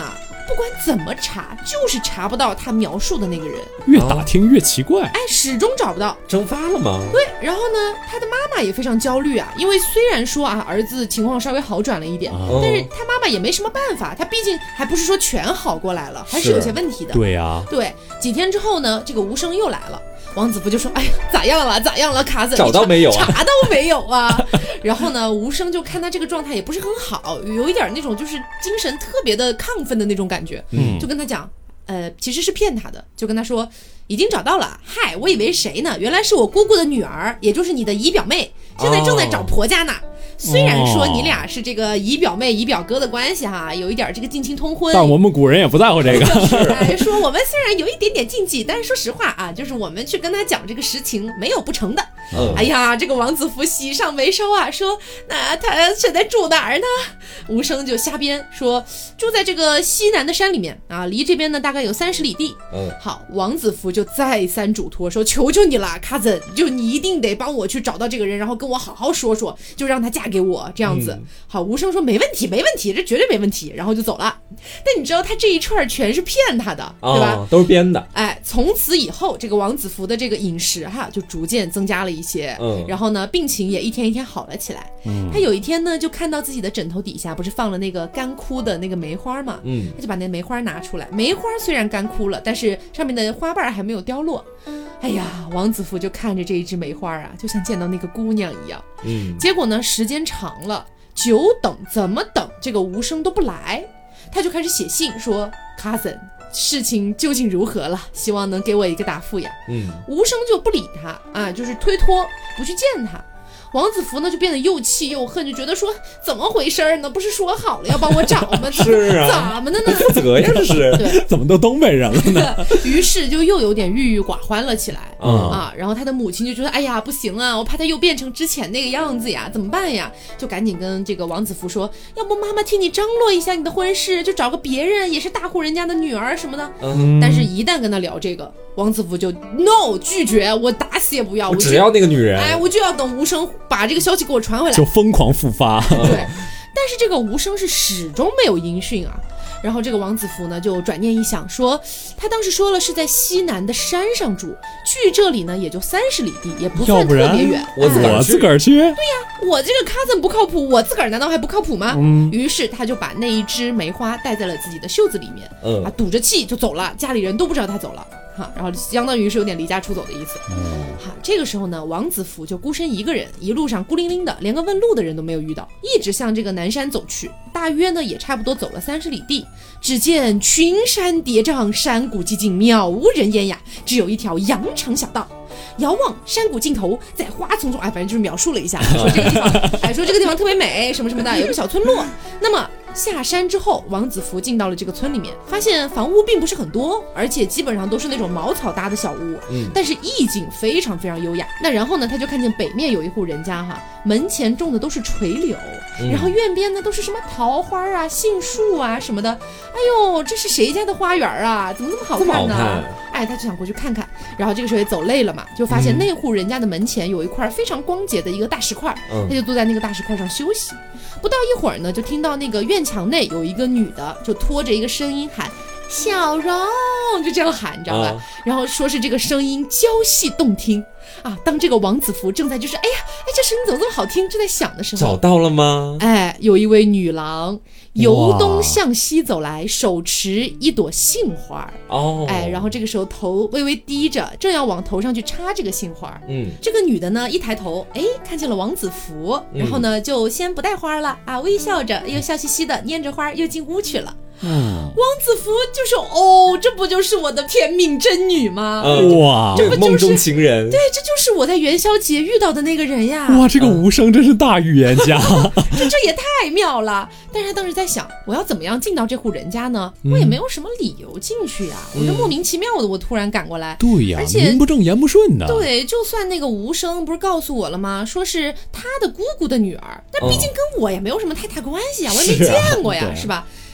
不管怎么查，就是查不到他描述的那个人， 越打听越奇怪， 哎，始终找不到。 蒸发了吗？ 对，然后呢，他的妈妈也非常焦虑啊，因为虽然说啊，儿子情况稍微好转了一点，哦、但是他妈妈也没什么办法，他毕竟还不是说全好过来了，还是有些问题的。 对呀、啊， 对，几天之后呢，这个无声又来了。王子福就说：“哎呀，咋样了？咋样了？卡子找到没有啊？ 查到没有啊？”然后呢，无声就看他这个状态也不是很好，有一点那种就是精神特别的亢奋的那种感觉，嗯，就跟他讲，呃，其实是骗他的，就跟他说已经找到了。嗨，我以为谁呢？原来是我姑姑的女儿，也就是你的姨表妹，现在正在找婆家呢。哦，虽然说你俩是这个姨表妹姨表哥的关系哈，有一点这个近亲通婚， 但我们古人也不在乎这个。 哎，说我们虽然有一点点禁忌，但是说实话啊，就是我们去跟他讲这个实情，没有不成的。嗯、哎呀，这个王子福喜上眉梢啊，说那他现在住哪儿呢？无声就瞎编说住在这个西南的山里面啊，离这边呢大概有三十里地。嗯，好，王子福就再三嘱托说，求求你了 cousin， 就你一定得帮我去找到这个人，然后跟我好好说说，就让他嫁给我这样子。嗯、好，无声说没问题没问题，这绝对没问题，然后就走了。但你知道他这一串全是骗他的， 哦、 对吧？ 都是编的。 哎，从此以后这个王子福的这个饮食哈就逐渐增加了一些，嗯，然后呢病情也一天一天好了起来。嗯，他有一天呢就看到自己的枕头底下不是放了那个干枯的那个梅花嘛，嗯，他就把那梅花拿出来，梅花虽然干枯了，但是上面的花瓣还没有凋落。哎呀，王子福就看着这一枝梅花啊，就像见到那个姑娘一样。嗯，结果呢时间长了，久等怎么等这个无声都不来，他就开始写信说 cousin，事情究竟如何了？希望能给我一个答复呀。嗯，无声就不理他啊，就是推脱不去见他。王子福呢就变得又气又恨，就觉得说怎么回事呢？不是说好了要帮我找吗？ 是啊， 怎么的呢？ 不负责呀，这是。 对， 怎么都东北人了呢？ 于是就又有点郁郁寡欢了起来。嗯啊，然后他的母亲就觉得，哎呀，不行啊，我怕他又变成之前那个样子呀，怎么办呀？就赶紧跟这个王子福说，要不妈妈替你张罗一下你的婚事，就找个别人，也是大户人家的女儿什么的。嗯，但是一旦跟他聊这个，王子福就 no 拒绝，我打死也不要， 我只要那个女人。 哎，我就要等无声把这个消息给我传回来， 就疯狂复发。 对，但是这个无声是始终没有音讯啊。然后这个王子福呢就转念一想说，他当时说了是在西南的山上住，距这里呢也就三十里地，也不算特别远。 我自个儿自个儿去。对呀， 我这个 cousin 不靠谱，我自个儿难道还不靠谱吗？嗯。于是他就把那一枝梅花带在了自己的袖子里面，嗯，啊，堵着气就走了，家里人都不知道他走了。哈，然后相当于是有点离家出走的意思。嗯，哈，这个时候呢，王子福就孤身一个人，一路上孤零零的，连个问路的人都没有遇到，一直向这个南山走去。大约呢，也差不多走了三十里地。只见群山叠嶂，山谷寂静，渺无人烟呀，只有一条羊肠小道。遥望山谷尽头，在花丛中，哎，反正就是描述了一下，说这个地方，哎，说这个地方特别美，什么什么的，有个小村落。那么下山之后，王子福进到了这个村里面，发现房屋并不是很多，而且基本上都是那种茅草搭的小屋，嗯，但是意境非常非常优雅。那然后呢，他就看见北面有一户人家哈，门前种的都是垂柳，嗯，然后院边呢都是什么桃花啊、杏树啊什么的。哎呦，这是谁家的花园啊？怎么这么好看呢？看哎，他就想过去看看。然后这个时候也走累了嘛，就发现那户人家的门前有一块非常光洁的一个大石块，嗯，他就坐在那个大石块上休息。不到一会儿呢，就听到那个院墙内有一个女的，就拖着一个声音喊小荣，就这样喊，你知道吧？啊，然后说是这个声音娇细动听啊。当这个王子福正在就是哎呀哎这声音怎么这么好听正在想的时候， 找到了吗？ 哎，有一位女郎由东向西走来，手持一朵杏花哦，哎，然后这个时候头微微低着，正要往头上去插这个杏花。嗯，这个女的呢一抬头，哎，看见了王子福，然后呢就先不带花了啊，微笑着又笑嘻嘻的拈着花又进屋去了。嗯，王子福就说哦，这不就是我的天命真女吗？ 嗯，哇，这不就是梦中情人？ 对，这就是我在元宵节遇到的那个人呀！ 哇，这个无声真是大预言家， 这这也太妙了。但是他当时在想，我要怎么样进到这户人家呢？我也没有什么理由进去呀，嗯，我就莫名其妙的，我突然赶过来。 对呀， 而且名不正言不顺的。 对，就算那个无声不是告诉我了吗？说是他的姑姑的女儿，但毕竟跟我也没有什么太大关系啊，我也没见过呀，是吧？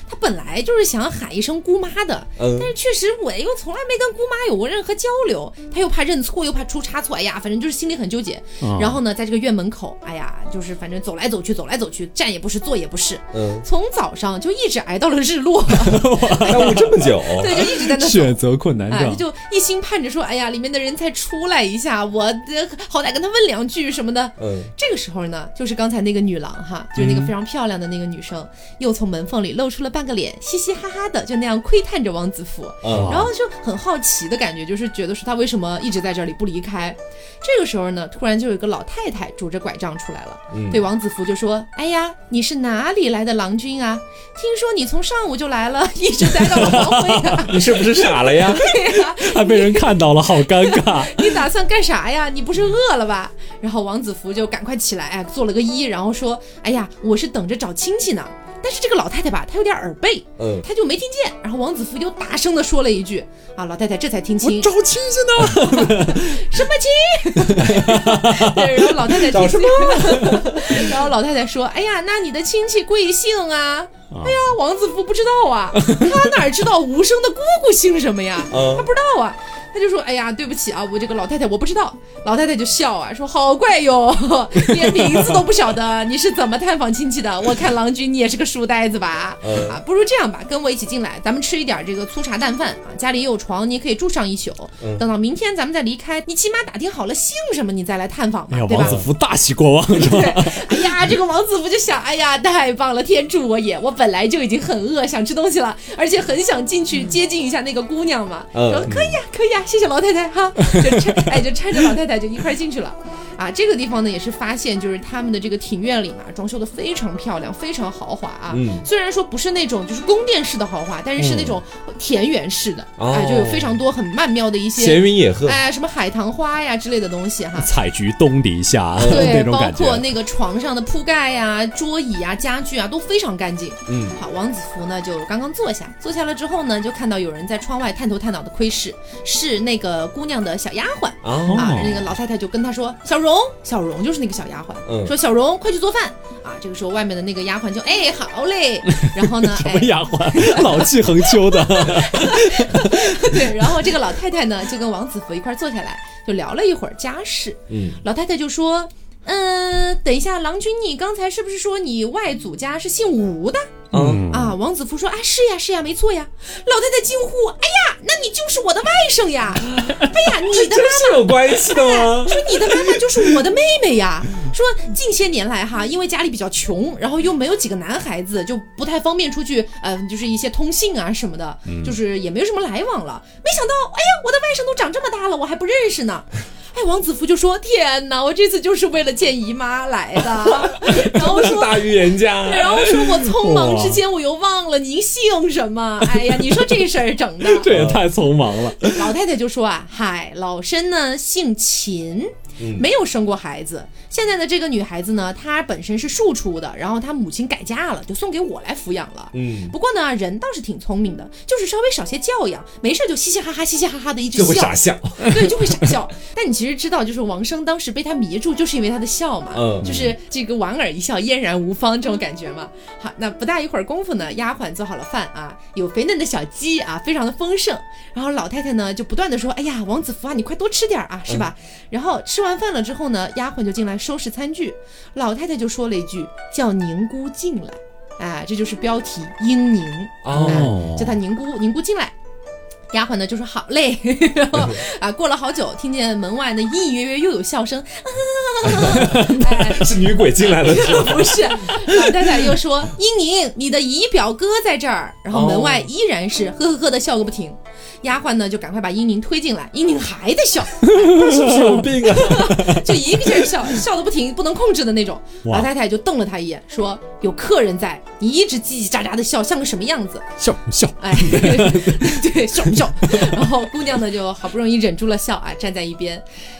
他本来就是想喊一声姑妈的， 嗯、 但是确实我又从来没跟姑妈有过任何交流，他又怕认错，又怕出差错，哎呀，反正就是心里很纠结。嗯、然后呢，在这个院门口，哎呀，就是反正走来走去，走来走去，站也不是，坐也不是，嗯，从早上就一直挨到了日落， 耽误这么久， 对，就一直在那选择困难症， 哎，就一心盼着说，哎呀，里面的人才出来一下，我好歹跟他问两句什么的。嗯，这个时候呢，就是刚才那个女郎哈，就是那个非常漂亮的那个女生，嗯、又从门缝里露出了半个脸，嘻嘻哈哈的，就那样窥探着王子服，嗯、然后就很好奇的感觉，就是觉得说他为什么一直在这里不离开。这个时候呢，突然就有一个老太太拄着拐杖出来了，嗯、对王子服就说：“哎呀，你是哪里来的郎君啊？听说你从上午就来了，一直待到了黄昏啊！ 你是不是傻了呀？ 对呀、啊， 还被人看到了，好尴尬。 你打算干啥呀？你不是饿了吧？”然后王子服就赶快起来，哎，做了个揖，然后说：“哎呀，我是等着找亲戚呢。”但是这个老太太吧，她有点耳背，嗯，她就没听见。然后王子服又大声的说了一句，啊，老太太这才听清， 我找亲戚呢， 什么亲？对，然后老太太找什么？ 然后老太太说，哎呀，那你的亲戚贵姓啊？哎呀，王子服不知道啊，他哪知道无声的姑姑姓什么呀？他不知道啊。他就说，哎呀，对不起啊，我这个老太太我不知道。老太太就笑啊，说好怪哟，连名字都不晓得，你是怎么探访亲戚的？我看郎君你也是个书呆子吧？嗯、啊，不如这样吧，跟我一起进来，咱们吃一点这个粗茶淡饭啊，家里也有床，你可以住上一宿。嗯、等到明天咱们再离开，你起码打听好了姓什么，你再来探访嘛， 哎呀， 对吧？ 王子服大喜过望是吧？ 哎呀，这个王子服就想，哎呀，太棒了，天助我也！我本来就已经很饿，想吃东西了，而且很想进去接近一下那个姑娘嘛。嗯、说可以呀、啊，可以呀、啊，谢谢老太太哈，就搀哎就搀着老太太就一块进去了。啊，这个地方呢也是发现，就是他们的这个庭院里嘛，装修的非常漂亮，非常豪华啊。嗯，虽然说不是那种就是宫殿式的豪华，但是是那种田园式的，哎、嗯啊，就有非常多很曼妙的一些闲云野鹤， 哎，什么海棠花呀之类的东西哈。 采菊东篱下， 对， 那种感觉。 包括那个床上的铺盖呀、桌椅啊、家具啊都非常干净。嗯，好，王子服呢就刚刚坐下，坐下了之后呢，就看到有人在窗外探头探脑的窥视，是那个姑娘的小丫鬟、哦、啊，那个老太太就跟她说，小荣。小荣就是那个小丫鬟、嗯、说小荣快去做饭啊！这个时候外面的那个丫鬟就哎好嘞，然后呢什么丫鬟、哎、老气横秋的对，然后这个老太太呢就跟王子服一块坐下来，就聊了一会儿家事。嗯，老太太就说，嗯，等一下，郎君，你刚才是不是说你外祖家是姓吴的？嗯啊，王子服说啊，是呀是呀，没错呀。老太太惊呼，哎呀，那你就是我的外甥呀！哎呀，你的妈妈是有关系的吗？ 说你的妈妈就是我的妹妹呀。说近些年来哈，因为家里比较穷，然后又没有几个男孩子，就不太方便出去，呃，就是一些通信啊什么的，嗯、就是也没有什么来往了。没想到，哎呀，我的外甥都长这么大了，我还不认识呢。哎，王子服就说：“天哪，我这次就是为了见姨妈来的。”然后说大预言家， 然后说我匆忙之间我又忘了您姓什么。哎呀，你说这事儿整的， 这也太匆忙了。 老太太就说啊：“嗨，老身呢姓秦。”没有生过孩子，现在的这个女孩子呢，她本身是庶出的，然后她母亲改嫁了，就送给我来抚养了。嗯，不过呢，人倒是挺聪明的，就是稍微少些教养，没事就嘻嘻哈哈、嘻嘻哈哈的一直笑， 就会傻笑， 对，就会傻笑。但你其实知道，就是王生当时被他迷住，就是因为他的笑嘛，嗯，就是这个莞尔一笑，嫣然无芳这种感觉嘛。好，那不大一会儿功夫呢，丫鬟做好了饭啊，有肥嫩的小鸡啊，非常的丰盛。然后老太太呢就不断的说：“哎呀，王子服啊，你快多吃点啊，是吧？”嗯、然后吃完饭了之后呢，丫鬟就进来收拾餐具，老太太就说了一句：“叫宁姑进来。”哎，这就是标题英宁哦，叫她宁姑，宁姑进来。丫鬟呢就说好嘞，然后啊过了好久，听见门外呢隐隐约约又有笑声，啊哎、是女鬼进来了是吧？ 不是，老太太又说英宁，你的姨表哥在这儿，然后门外依然是呵呵呵的笑个不停。丫鬟呢就赶快把英宁推进来，英宁还在笑， 是不是有病啊？ 就一个劲儿笑，笑得不停，不能控制的那种。老太太就瞪了他一眼，说：“有客人在，你一直叽叽喳喳的笑，像个什么样子？ 笑笑， 哎，对，笑不笑？”然后姑娘呢就好不容易忍住了笑啊，站在一边。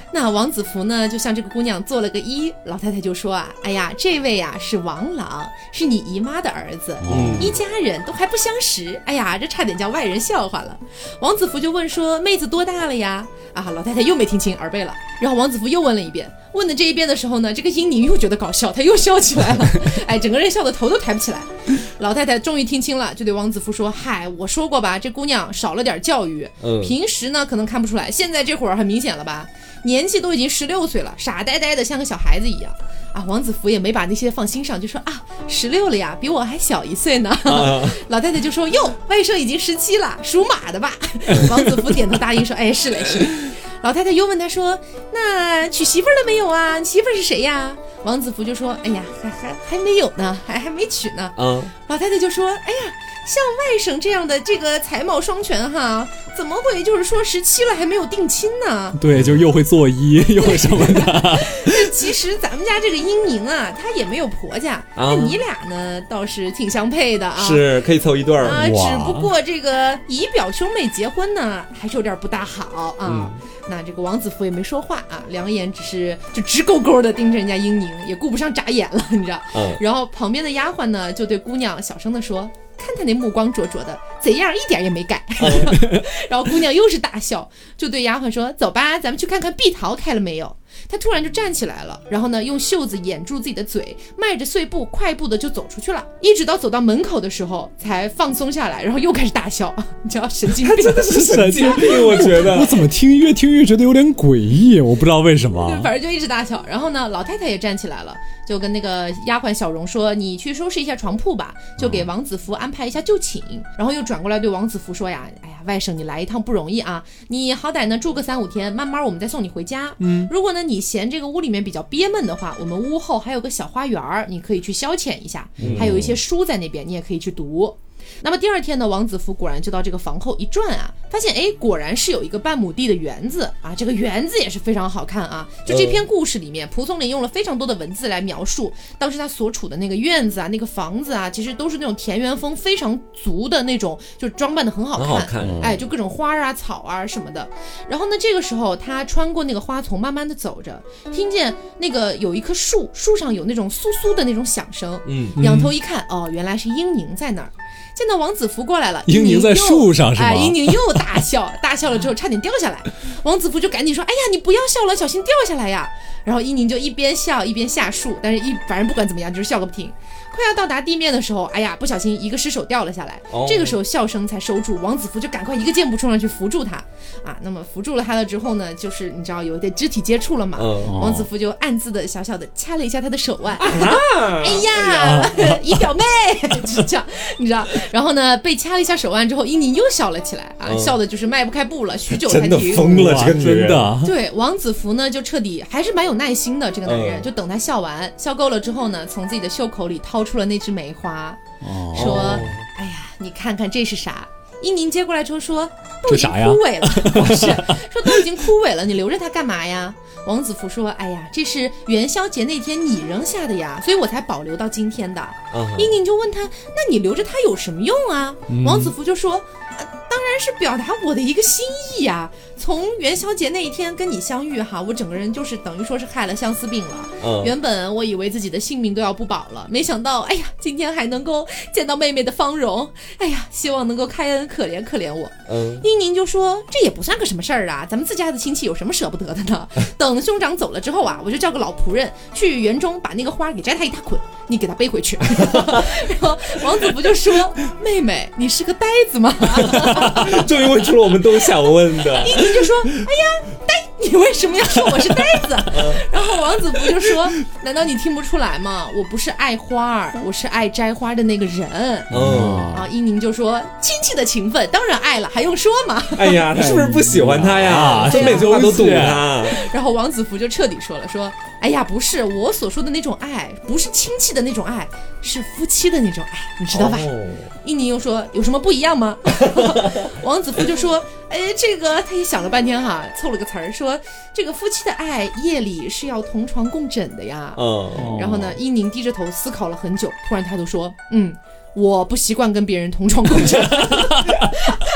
那王子服呢就向这个姑娘做了个揖，老太太就说啊，哎呀，这位啊是王朗，是你姨妈的儿子，嗯、一家人都还不相识，哎呀，这差点叫外人笑话了。王子服就问说，妹子多大了呀？啊，老太太又没听清，耳背了。然后王子服又问了一遍，问的这一遍的时候呢，这个英宁又觉得搞笑，他又笑起来了，哎，整个人笑得头都抬不起来。老太太终于听清了，就对王子服说，嗨，我说过吧，这姑娘少了点教育，嗯、平时呢可能看不出来，现在这会儿很明显了吧，年纪都已经十六岁了，傻呆呆的像个小孩子一样啊。王子服也没把那些放心上，就说啊，十六了呀，比我还小一岁呢。啊、老太太就说，哟，外甥已经十七了，属马的吧？王子服点头答应说，哎，是嘞是嘞。老太太又问他说，那娶媳妇了没有啊？你媳妇是谁呀？王子服就说，哎呀，还还还没有呢，还还没娶呢。嗯，老太太就说，哎呀，像外甥这样的这个才貌双全哈，怎么会就是说十七了还没有定亲呢？ 对，就又会作揖又会什么的。 其实咱们家这个英宁啊，她也没有婆家，啊、那你俩呢倒是挺相配的啊， 是可以凑一对儿啊。只不过这个姨表兄妹结婚呢，还是有点不大好啊。嗯、那这个王子服也没说话啊，两眼只是就直勾勾的盯着人家英宁，也顾不上眨眼了，你知道？嗯。然后旁边的丫鬟呢，就对姑娘小声的说，看他那目光灼灼的，怎样一点也没改。然后姑娘又是大笑，就对丫鬟说，走吧，咱们去看看碧桃开了没有。她突然就站起来了，然后呢用袖子掩住自己的嘴，迈着碎步快步的就走出去了，一直到走到门口的时候才放松下来，然后又开始大笑。你知道神经病， 真的是神经病，我觉得我怎么听越听越觉得有点诡异，我不知道为什么。 反正就一直大笑。然后呢老太太也站起来了，就跟那个丫鬟小荣说，你去收拾一下床铺吧，就给王子服安排一下就寝。然后又转过来对王子服说呀，哎呀，外甥你来一趟不容易啊，你好歹呢住个三五天，慢慢我们再送你回家。嗯，如果呢你嫌这个屋里面比较憋闷的话，我们屋后还有个小花园，你可以去消遣一下，还有一些书在那边，你也可以去读。那么第二天呢，王子服果然就到这个房后一转啊，发现哎，果然是有一个半亩地的园子啊，这个园子也是非常好看啊。就这篇故事里面，蒲松龄用了非常多的文字来描述当时他所处的那个院子啊，那个房子啊，其实都是那种田园风非常足的那种，就装扮的很好看， 很好看， 哎，就各种花啊、草啊什么的。然后呢，这个时候他穿过那个花丛，慢慢的走着，听见那个有一棵树，树上有那种簌簌的那种响声，嗯，仰头一看，哦，原来是英宁在那儿。见到王子服过来了， 英宁在树上是吗？ 哎，英宁又大笑，大笑了之后差点掉下来。王子服就赶紧说：“哎呀，你不要笑了，小心掉下来呀！”然后英宁就一边笑一边下树，但是一反正不管怎么样就是笑个不停。快要到达地面的时候，哎呀，不小心一个失手掉了下来。哦、这个时候笑声才收住，王子服就赶快一个箭步冲上去扶住他。啊，那么扶住了他了之后呢，就是你知道有点肢体接触了嘛。哦、王子服就暗自的小小的掐了一下他的手腕。啊、哎呀，姨、哎、表妹，就这样，你知道。然后呢，被掐了一下手腕之后，英宁又笑了起来啊，嗯、笑的就是迈不开步了，许久才停。 真的疯了，这个女人。 真的。 对，王子服呢就彻底还是蛮有耐心的，这个男人、嗯、就等他笑完，笑够了之后呢，从自己的袖口里掏出了那只梅花，哦、说：“哎呀，你看看这是啥？”英宁接过来之后说：“都已经枯萎了，不是，说都已经枯萎了，你留着它干嘛呀？”王子服说：“哎呀，这是元宵节那天你扔下的呀，所以我才保留到今天的。Uh ” huh. 英宁就问他：“那你留着它有什么用啊？”嗯、王子服就说。当然是表达我的一个心意呀、啊！从元宵节那一天跟你相遇哈，我整个人就是等于说是害了相思病了。嗯，原本我以为自己的性命都要不保了，没想到，哎呀，今天还能够见到妹妹的芳容，哎呀，希望能够开恩可怜可怜我。嗯，英宁就说这也不算个什么事儿啊，咱们自家的亲戚有什么舍不得的呢？等兄长走了之后啊，我就叫个老仆人去园中把那个花给摘他一大捆，你给他背回去。然后王子服就说：“妹妹，你是个呆子吗？” 终于问出了我们都想问的。 英宁就说：“哎呀，呆，你为什么要说我是呆子？”然后王子服就说：“难道你听不出来吗？我不是爱花，我是爱摘花的那个人。”嗯，啊，英宁就说：“亲戚的情分当然爱了，还用说吗？” 哎呀，他是不是不喜欢他呀？他每句话都堵他。 然后王子服就彻底说了：“说，哎呀，不是我所说的那种爱，不是亲戚的那种爱，是夫妻的那种爱，你知道吧？”哦、英宁又说：“有什么不一样吗？”王子服就说：“哎，这个他也想了半天哈，凑了个词儿说，这个夫妻的爱夜里是要同床共枕的呀。”嗯，然后呢，英宁低着头思考了很久，突然抬头说：“嗯，我不习惯跟别人同床共枕。”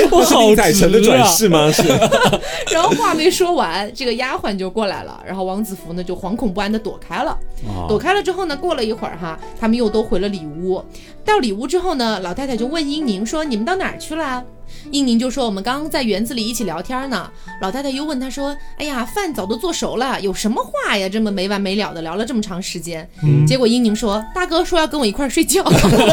我好宁采臣的转世吗？是。 然后话没说完，这个丫鬟就过来了，然后王子服呢就惶恐不安的躲开了。哦、躲开了之后呢，过了一会儿哈，他们又都回了里屋。到里屋之后呢，老太太就问英宁说：“你们到哪儿去了？”英宁就说：“我们刚刚在园子里一起聊天呢。”老太太又问他说：“哎呀，饭早都做熟了，有什么话呀？这么没完没了的聊了这么长时间。嗯”结果英宁说：“大哥说要跟我一块儿睡觉。”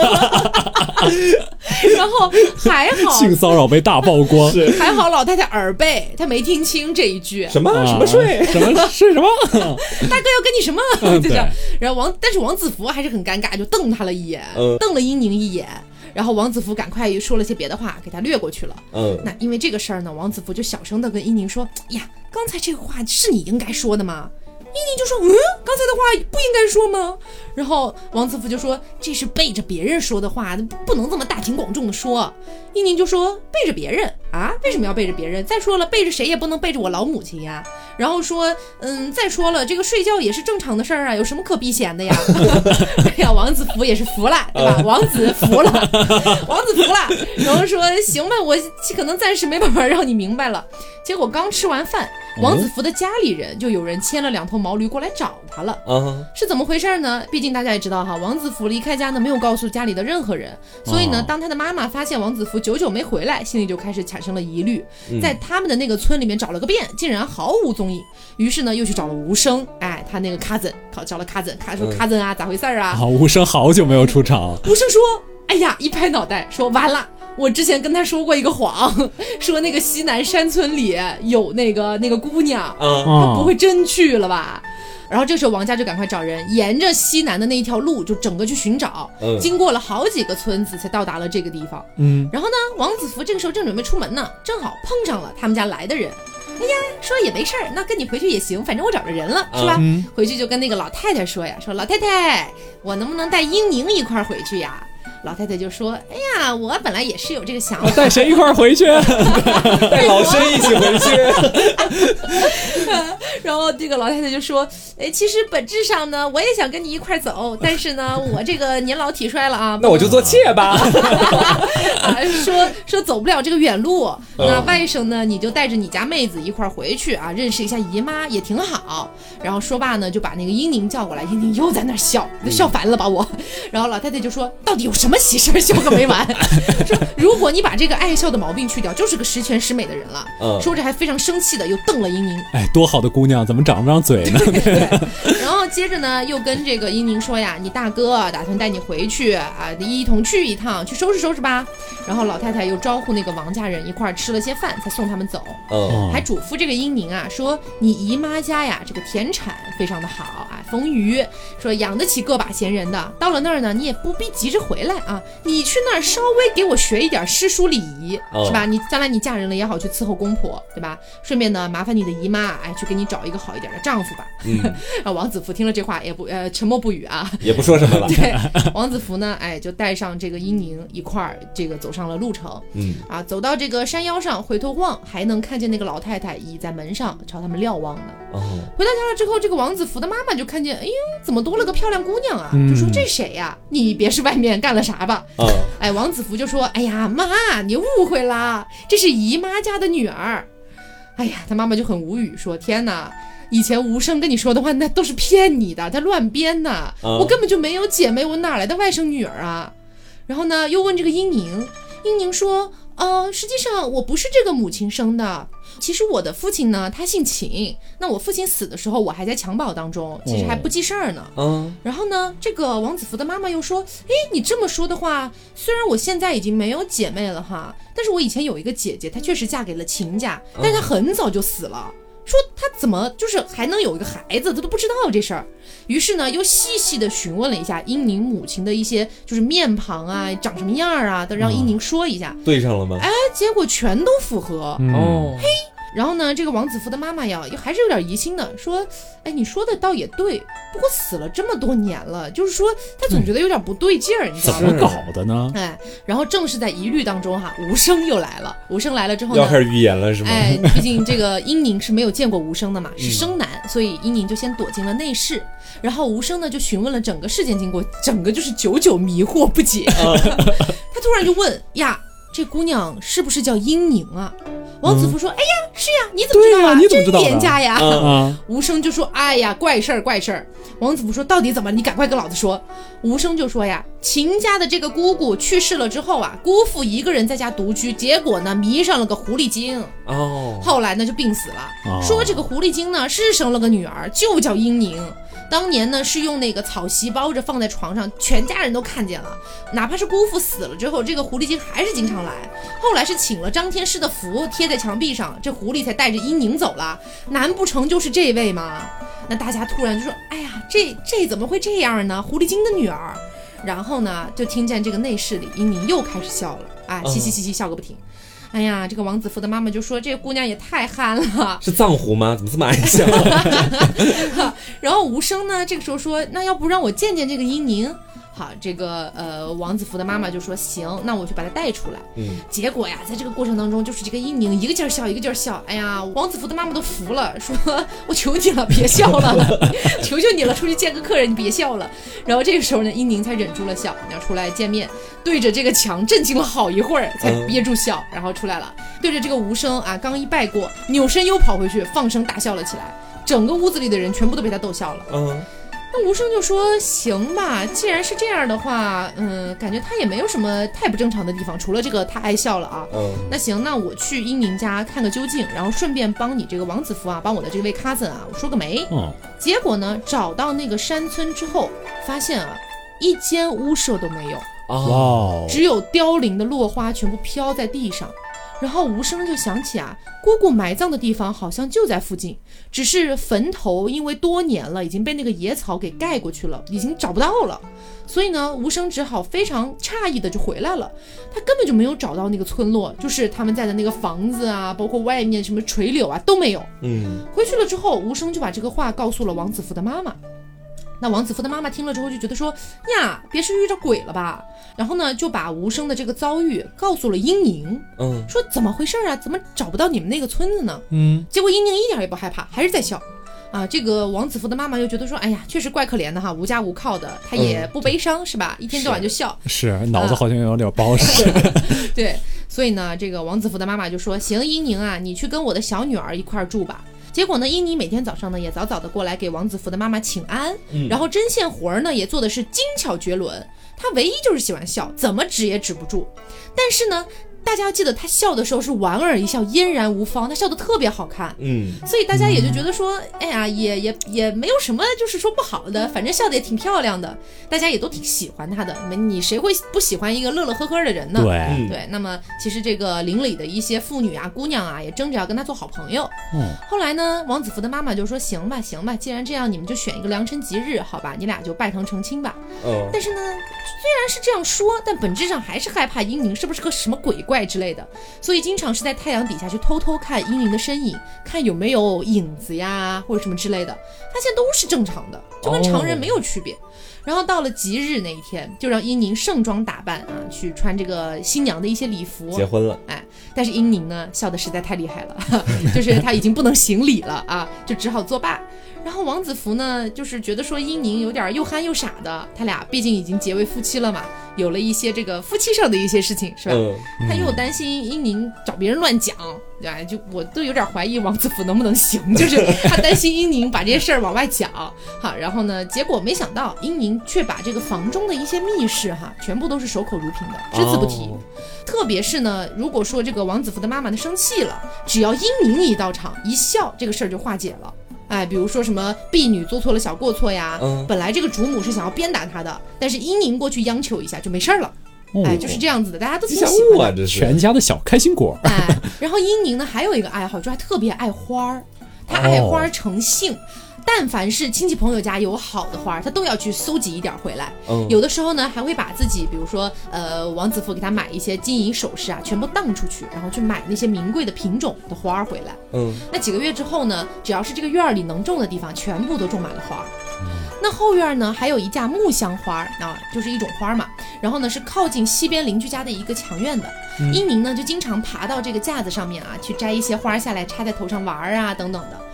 然后还好性骚扰被大曝光， 还好老太太耳背，她没听清这一句什么、啊、什么睡什么睡什么， 大哥要跟你什么、嗯、就这样。然后王但是王子服还是很尴尬，就瞪他了一眼，嗯、瞪了英宁一眼。然后王子服赶快说了些别的话，给他略过去了。嗯，那因为这个事儿呢，王子服就小声的跟英宁说：“呀，刚才这个话是你应该说的吗？”英宁就说：“嗯，刚才的话不应该说吗？”然后王子服就说：“这是背着别人说的话，不能这么大庭广众的说。”英宁就说：“背着别人啊？为什么要背着别人？再说了，背着谁也不能背着我老母亲呀。”然后说：“嗯，再说了，这个睡觉也是正常的事儿啊，有什么可避嫌的呀？”哎呀，王子服也是服了，对吧？王子服了，王子服了。然后说：“行吧，我可能暂时没办法让你明白了。”结果刚吃完饭，王子服的家里人就有人牵了两头毛驴过来找他了。Uh-huh. 是怎么回事呢？毕竟大家也知道哈，王子服离开家呢没有告诉家里的任何人，所以呢，当他的妈妈发现王子服久久没回来，心里就开始产生了疑虑，在他们的那个村里面找了个遍，竟然毫无踪影。于是呢，又去找了无声，哎，他那个 cousin 找了 cousin， 他说 cousin 啊，咋回事啊？ 啊，无声好久没有出场。 无声说：“哎呀，一拍脑袋说完了。”我之前跟他说过一个谎，说那个西南山村里有那个那个姑娘，嗯、他不会真去了吧？然后这时候王家就赶快找人，沿着西南的那一条路就整个去寻找，嗯、经过了好几个村子才到达了这个地方。嗯，然后呢，王子服这个时候正准备出门呢，正好碰上了他们家来的人。哎呀，说也没事儿，那跟你回去也行，反正我找着人了，是吧？嗯、回去就跟那个老太太说呀，说老太太，我能不能带英宁一块儿回去呀？老太太就说：“哎呀，我本来也是有这个想法， 带谁一块儿回去？ 带老身一起回去。” 然后这个老太太就说：“哎，其实本质上呢，我也想跟你一块儿走，但是呢，我这个年老体衰了啊， 那我就做妾吧。 啊”说说走不了这个远路，那外甥呢，你就带着你家妹子一块儿回去啊，认识一下姨妈也挺好。然后说罢呢，就把那个英宁叫过来，英宁又在那笑，都笑烦了把我。然后老太太就说：“到底有什么？”什么喜事笑个没完，说如果你把这个爱笑的毛病去掉，就是个十全十美的人了。嗯、说着还非常生气的又瞪了英宁。 哎，多好的姑娘，怎么长不张嘴呢？ 对对。然后接着呢，又跟这个英宁说呀：“你大哥打算带你回去啊，一同去一趟，去收拾收拾吧。”然后老太太又招呼那个王家人一块吃了些饭，才送他们走。嗯，还嘱咐这个英宁啊，说你姨妈家呀，这个田产非常的好啊，丰腴，说养得起个把闲人的。到了那儿呢，你也不必急着回来。啊，你去那儿稍微给我学一点诗书礼仪，哦、是吧？你将来你嫁人了也好，去伺候公婆，对吧？顺便呢，麻烦你的姨妈，哎，去给你找一个好一点的丈夫吧。嗯，啊，王子服听了这话也不呃沉默不语啊， 也不说什么了。 对，王子服呢，哎，就带上这个英宁一块儿，这个走上了路程。嗯，啊，走到这个山腰上，回头望，还能看见那个老太太倚在门上朝他们瞭望呢。哦，回到家了之后，这个王子服的妈妈就看见，哎呦，怎么多了个漂亮姑娘啊？嗯、就说这谁呀？你别是外面干了啥吧？哦，哎，王子服就说：“哎呀，妈，你误会了，这是姨妈家的女儿。”哎呀，他妈妈就很无语，说：“天哪，以前无声跟你说的话，那都是骗你的，他乱编的，哦、我根本就没有姐妹，我哪来的外甥女儿啊？”然后呢，又问这个英宁，英宁说：“呃，实际上我不是这个母亲生的。其实我的父亲呢，他姓秦。那我父亲死的时候，我还在襁褓当中，其实还不记事儿呢。嗯。然后呢，这个王子服的妈妈又说：“哎，你这么说的话，虽然我现在已经没有姐妹了哈，但是我以前有一个姐姐，她确实嫁给了秦家，但她很早就死了。”说他怎么就是还能有一个孩子，他都不知道这事儿。于是呢，又细细的询问了一下英宁母亲的一些就是面庞啊，长什么样啊，都让英宁说一下。 嗯、对上了吗？ 哎，结果全都符合。嗯、哦，嘿。然后呢，这个王子服的妈妈呀，又还是有点疑心的，说：“哎，你说的倒也对，不过死了这么多年了，就是说他总觉得有点不对劲儿，你知道吗？ 怎么搞的呢？” 哎，然后正是在疑虑当中哈，无声又来了。无声来了之后呢， 要开始预言了是吗？ 哎，毕竟这个英宁是没有见过无声的嘛，是生男，嗯、所以英宁就先躲进了内室。然后无声呢就询问了整个事件经过，整个就是久久迷惑不解。他突然就问呀。 这姑娘是不是叫英宁啊？王子服说：“嗯、哎呀，是呀，你怎么知道啊？ 啊你怎么知道真廉价呀！” 啊、 无声就说：“哎呀，怪事儿，怪事儿。”王子服说：“到底怎么？你赶快跟老子说。”无声就说呀：“秦家的这个姑姑去世了之后啊，姑父一个人在家独居，结果呢迷上了个狐狸精，哦，后来呢就病死了。哦、说这个狐狸精呢是生了个女儿，就叫英宁。”当年呢是用那个草席包着放在床上，全家人都看见了。哪怕是姑父死了之后，这个狐狸精还是经常来。后来是请了张天师的符贴在墙壁上，这狐狸才带着英宁走了。难不成就是这位吗？那大家突然就说：“哎呀，这这怎么会这样呢？狐狸精的女儿。”然后呢，就听见这个内室里英宁又开始笑了，啊，嘻嘻嘻嘻笑个不停。哎呀，这个王子服的妈妈就说：“这个姑娘也太憨了， 是藏狐吗？怎么这么爱笑？” 然后无声呢，这个时候说：“那要不让我见见这个英宁？”好，这个呃王子服的妈妈就说：“行，那我去把她带出来。”嗯，结果呀，在这个过程当中，就是这个英宁一个劲儿笑，一个劲儿笑。哎呀，王子服的妈妈都服了，说：“我求你了，别笑了，求求你了，出去见个客人，你别笑了。”然后这个时候呢，英宁才忍住了笑，要出来见面，对着这个墙震惊了好一会儿，才憋住笑，然后出来了，对着这个无声啊，刚一拜过，扭身又跑回去，放声大笑了起来。整个屋子里的人全部都被他逗笑了。嗯。那无声就说：“行吧，既然是这样的话，嗯，感觉他也没有什么太不正常的地方，除了这个他爱笑了啊。嗯，那行，那我去英宁家看个究竟，然后顺便帮你这个王子服啊，帮我的这位 cousin 啊，我说个媒。嗯，结果呢，找到那个山村之后，发现啊，一间屋舍都没有，哦，只有凋零的落花全部飘在地上。”然后无声就想起啊，姑姑埋葬的地方好像就在附近，只是坟头因为多年了已经被那个野草给盖过去了，已经找不到了。所以呢，无声只好非常诧异的就回来了。他根本就没有找到那个村落，就是他们在的那个房子啊，包括外面什么垂柳啊都没有。嗯，回去了之后，无声就把这个话告诉了王子服的妈妈。那王子服的妈妈听了之后就觉得说呀，别是遇着鬼了吧，然后呢就把无声的这个遭遇告诉了英宁，嗯，说怎么回事啊，怎么找不到你们那个村子呢？嗯，结果英宁一点也不害怕，还是在笑啊。这个王子服的妈妈就觉得说，哎呀，确实怪可怜的哈，无家无靠的，他也不悲伤、嗯、是吧？一天到晚就笑， 是, 是脑子好像有点包实。 对，所以呢，这个王子服的妈妈就说，行，英宁啊，你去跟我的小女儿一块住吧。结果呢，英宁每天早上呢也早早的过来给王子服的妈妈请安，嗯、然后针线活呢也做的是精巧绝伦。他唯一就是喜欢笑，怎么止也止不住。但是呢，大家要记得他笑的时候是莞尔一笑，嫣然无方，他笑得特别好看。嗯，所以大家也就觉得说，哎呀，也也也没有什么就是说不好的，反正笑得也挺漂亮的，大家也都挺喜欢他的。你谁会不喜欢一个乐乐呵呵的人呢？ 对对。那么其实这个邻里的一些妇女啊、姑娘啊，也争着要跟他做好朋友。嗯。后来呢，王子服的妈妈就说：“行吧，行吧，既然这样，你们就选一个良辰吉日，好吧，你俩就拜堂成亲吧。”嗯。但是呢，虽然是这样说，但本质上还是害怕英宁是不是个什么鬼怪之类的。所以经常是在太阳底下去偷偷看英宁的身影，看有没有影子呀或者什么之类的，发现都是正常的，就跟常人没有区别。哦、然后到了吉日那一天，就让英宁盛装打扮啊，去穿这个新娘的一些礼服， 结婚了。 哎，但是英宁呢笑得实在太厉害了，就是他已经不能行礼了啊，就只好作罢。然后王子服呢，就是觉得说英宁有点又憨又傻的，他俩毕竟已经结为夫妻了嘛，有了一些这个夫妻上的一些事情，是吧？嗯、他又担心英宁找别人乱讲，对吧？就我都有点怀疑王子服能不能行，就是他担心英宁把这些事儿往外讲。好，然后呢，结果没想到英宁却把这个房中的一些密事哈，全部都是守口如瓶的，只字不提。哦、特别是呢，如果说这个王子服的妈妈呢生气了，只要英宁一到场一笑，这个事儿就化解了。哎，比如说什么婢女做错了小过错呀，嗯、本来这个主母是想要鞭打她的，但是英宁过去央求一下就没事了。哦、哎，就是这样子的，大家都挺喜欢的， 全家的小开心果。 哎，然后英宁呢还有一个爱好，就还特别爱花，她爱花成性。哦，但凡是亲戚朋友家有好的花，他都要去搜集一点回来。嗯、有的时候呢，还会把自己，比如说，呃，王子服给他买一些金银首饰啊，全部当出去，然后去买那些名贵的品种的花回来。嗯，那几个月之后呢，只要是这个院里能种的地方，全部都种满了花。嗯、那后院呢，还有一架木香花啊，就是一种花嘛。然后呢，是靠近西边邻居家的一个墙院的。嗯、英宁呢，就经常爬到这个架子上面啊，去摘一些花下来插在头上玩啊，等等的。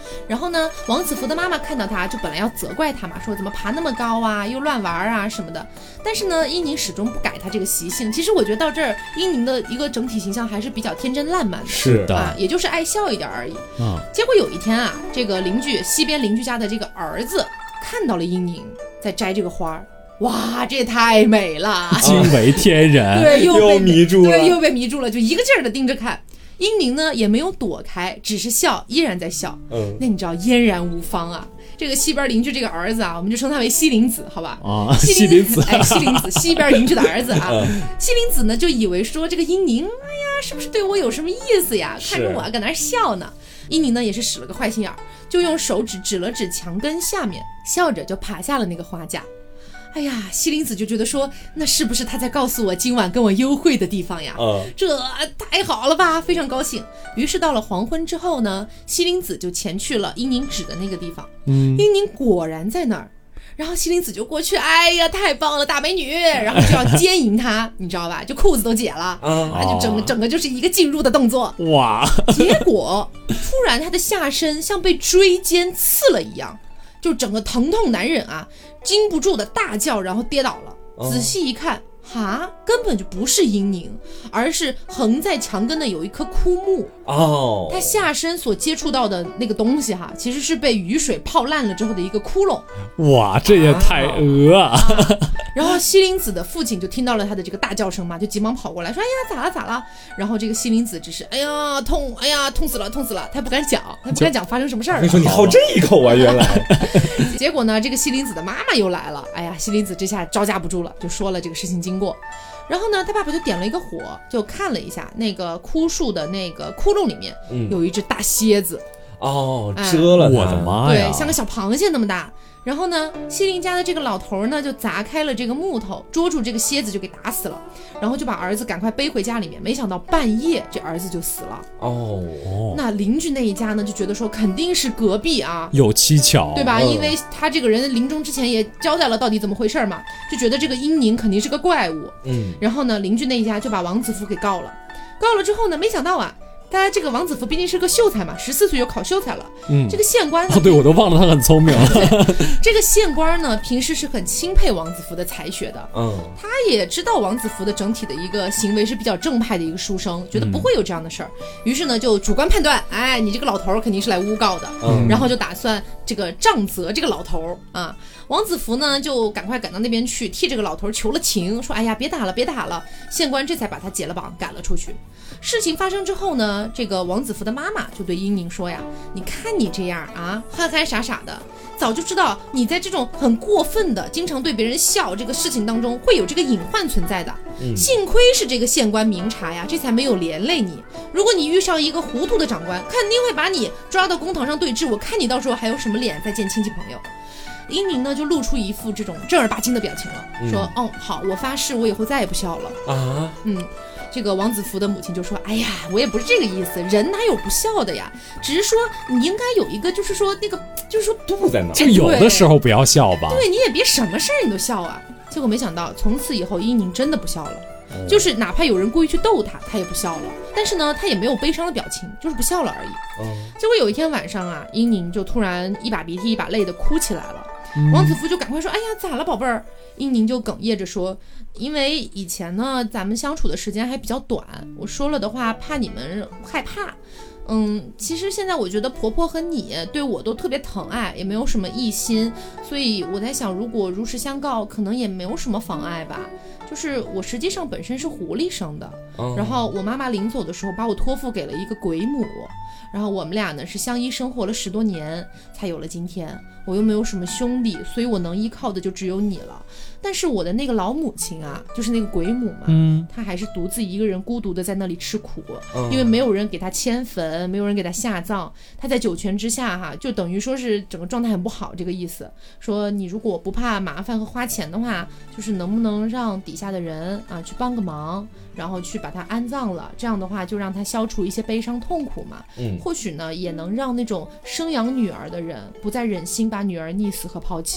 然后呢，王子服的妈妈看到他就本来要责怪他嘛，说怎么爬那么高啊，又乱玩啊什么的。但是呢，英宁始终不改他这个习性。其实我觉得到这儿，英宁的一个整体形象还是比较天真烂漫的， 是的， 啊，也就是爱笑一点而已。 嗯， 结果有一天啊，这个邻居西边邻居家的这个儿子看到了英宁在摘这个花，哇，这也太美了， 惊为天人， 对，又被又迷住了， 对，又被迷住了，就一个劲儿的盯着看。英宁呢也没有躲开，只是笑，依然在笑。嗯，那你知道嫣然无芳啊。这个西边邻居这个儿子啊，我们就称他为西林子，好吧？ 啊， 西林子， 哎，西林子，西边邻居的儿子啊。嗯、西林子呢就以为说这个英宁，哎呀，是不是对我有什么意思呀？看着我搁那儿笑呢。英宁呢也是使了个坏心眼儿，就用手指指了指墙根下面，笑着就爬下了那个花架。哎呀，西林子就觉得说，那是不是他在告诉我今晚跟我幽会的地方呀？嗯，这太好了吧，非常高兴。于是到了黄昏之后呢，西林子就前去了英宁指的那个地方。嗯，英宁果然在那儿。然后西林子就过去，哎呀，太棒了，大美女！然后就要奸淫她，你知道吧？就裤子都解了，啊，就整个整个就是一个进入的动作。哇！结果突然他的下身像被锥尖刺了一样，就整个疼痛难忍啊，禁不住的大叫，然后跌倒了。哦、仔细一看，哈，根本就不是英宁，而是横在墙根的有一棵枯木。哦，他下身所接触到的那个东西哈，其实是被雨水泡烂了之后的一个窟窿。 哇，这也太恶啊！啊然后西林子的父亲就听到了他的这个大叫声嘛，就急忙跑过来说：“哎呀，咋了咋了？”然后这个西林子只是哎呀痛，哎呀痛死了痛死了，他不敢讲，他不敢讲发生什么事儿了。 你说你好这一口啊，原来。 结果呢，这个西林子的妈妈又来了，哎呀，西林子这下招架不住了，就说了这个事情经过。然后呢，他爸爸就点了一个火，就看了一下那个枯树的那个窟窿里面，嗯、有一只大蝎子。 哦，蛰了、哎！ 我的妈呀！ 对，像个小螃蟹那么大。然后呢，西林家的这个老头呢，就砸开了这个木头，捉住这个蝎子就给打死了，然后就把儿子赶快背回家里面。没想到半夜这儿子就死了。哦，那邻居那一家呢，就觉得说肯定是隔壁啊有蹊跷， 对吧？嗯、因为他这个人临终之前也交代了到底怎么回事嘛，就觉得这个英宁肯定是个怪物。嗯，然后呢，邻居那一家就把王子服给告了。告了之后呢，没想到啊。大家这个王子服毕竟是个秀才嘛，十四岁就考秀才了。嗯，这个县官哦，对我都忘了他很聪明了。 这个县官呢，平时是很钦佩王子服的才学的。嗯，他也知道王子服的整体的一个行为是比较正派的一个书生，觉得不会有这样的事儿。嗯、于是呢，就主观判断，哎，你这个老头肯定是来诬告的。嗯，然后就打算这个杖责这个老头啊。王子服呢，就赶快赶到那边去，替这个老头求了情，说：“哎呀，别打了，别打了。”县官这才把他解了绑，赶了出去。事情发生之后呢，这个王子服的妈妈就对英宁说呀：“你看你这样啊，憨憨傻傻的，早就知道你在这种很过分的、经常对别人笑这个事情当中会有这个隐患存在的。嗯、幸亏是这个县官明察呀，这才没有连累你。如果你遇上一个糊涂的长官，肯定会把你抓到公堂上对质。我看你到时候还有什么脸再见亲戚朋友。”英宁呢就露出一副这种正儿八经的表情了，嗯、说：“哦，好，我发誓，我以后再也不笑了。”啊，嗯，这个王子服的母亲就说：“哎呀，我也不是这个意思，人哪有不笑的呀？只是说你应该有一个，就是说那个，就是说度在哪， 就有的时候不要笑吧。 对，你也别什么事儿你都笑啊。”结果没想到，从此以后，英宁真的不笑了。嗯、就是哪怕有人故意去逗他，他也不笑了。但是呢，他也没有悲伤的表情，就是不笑了而已。嗯、结果有一天晚上啊，英宁就突然一把鼻涕一把泪的哭起来了。王子服就赶快说：“哎呀，咋了，宝贝儿？”英宁就哽咽着说：“因为以前呢，咱们相处的时间还比较短，我说了的话怕你们害怕。嗯，其实现在我觉得婆婆和你对我都特别疼爱，也没有什么异心，所以我在想，如果如实相告，可能也没有什么妨碍吧。就是我实际上本身是狐狸生的，嗯、然后我妈妈临走的时候把我托付给了一个鬼母。”然后我们俩呢是相依生活了十多年，才有了今天。我又没有什么兄弟，所以我能依靠的就只有你了。但是我的那个老母亲啊，就是那个鬼母嘛，嗯，她还是独自一个人孤独的在那里吃苦，嗯、因为没有人给她迁坟，没有人给她下葬。她在九泉之下哈，就等于说是整个状态很不好，这个意思。说你如果不怕麻烦和花钱的话，就是能不能让底下的人啊去帮个忙，然后去把她安葬了，这样的话就让她消除一些悲伤痛苦嘛。嗯。或许呢，也能让那种生养女儿的人不再忍心把女儿溺死和抛弃了。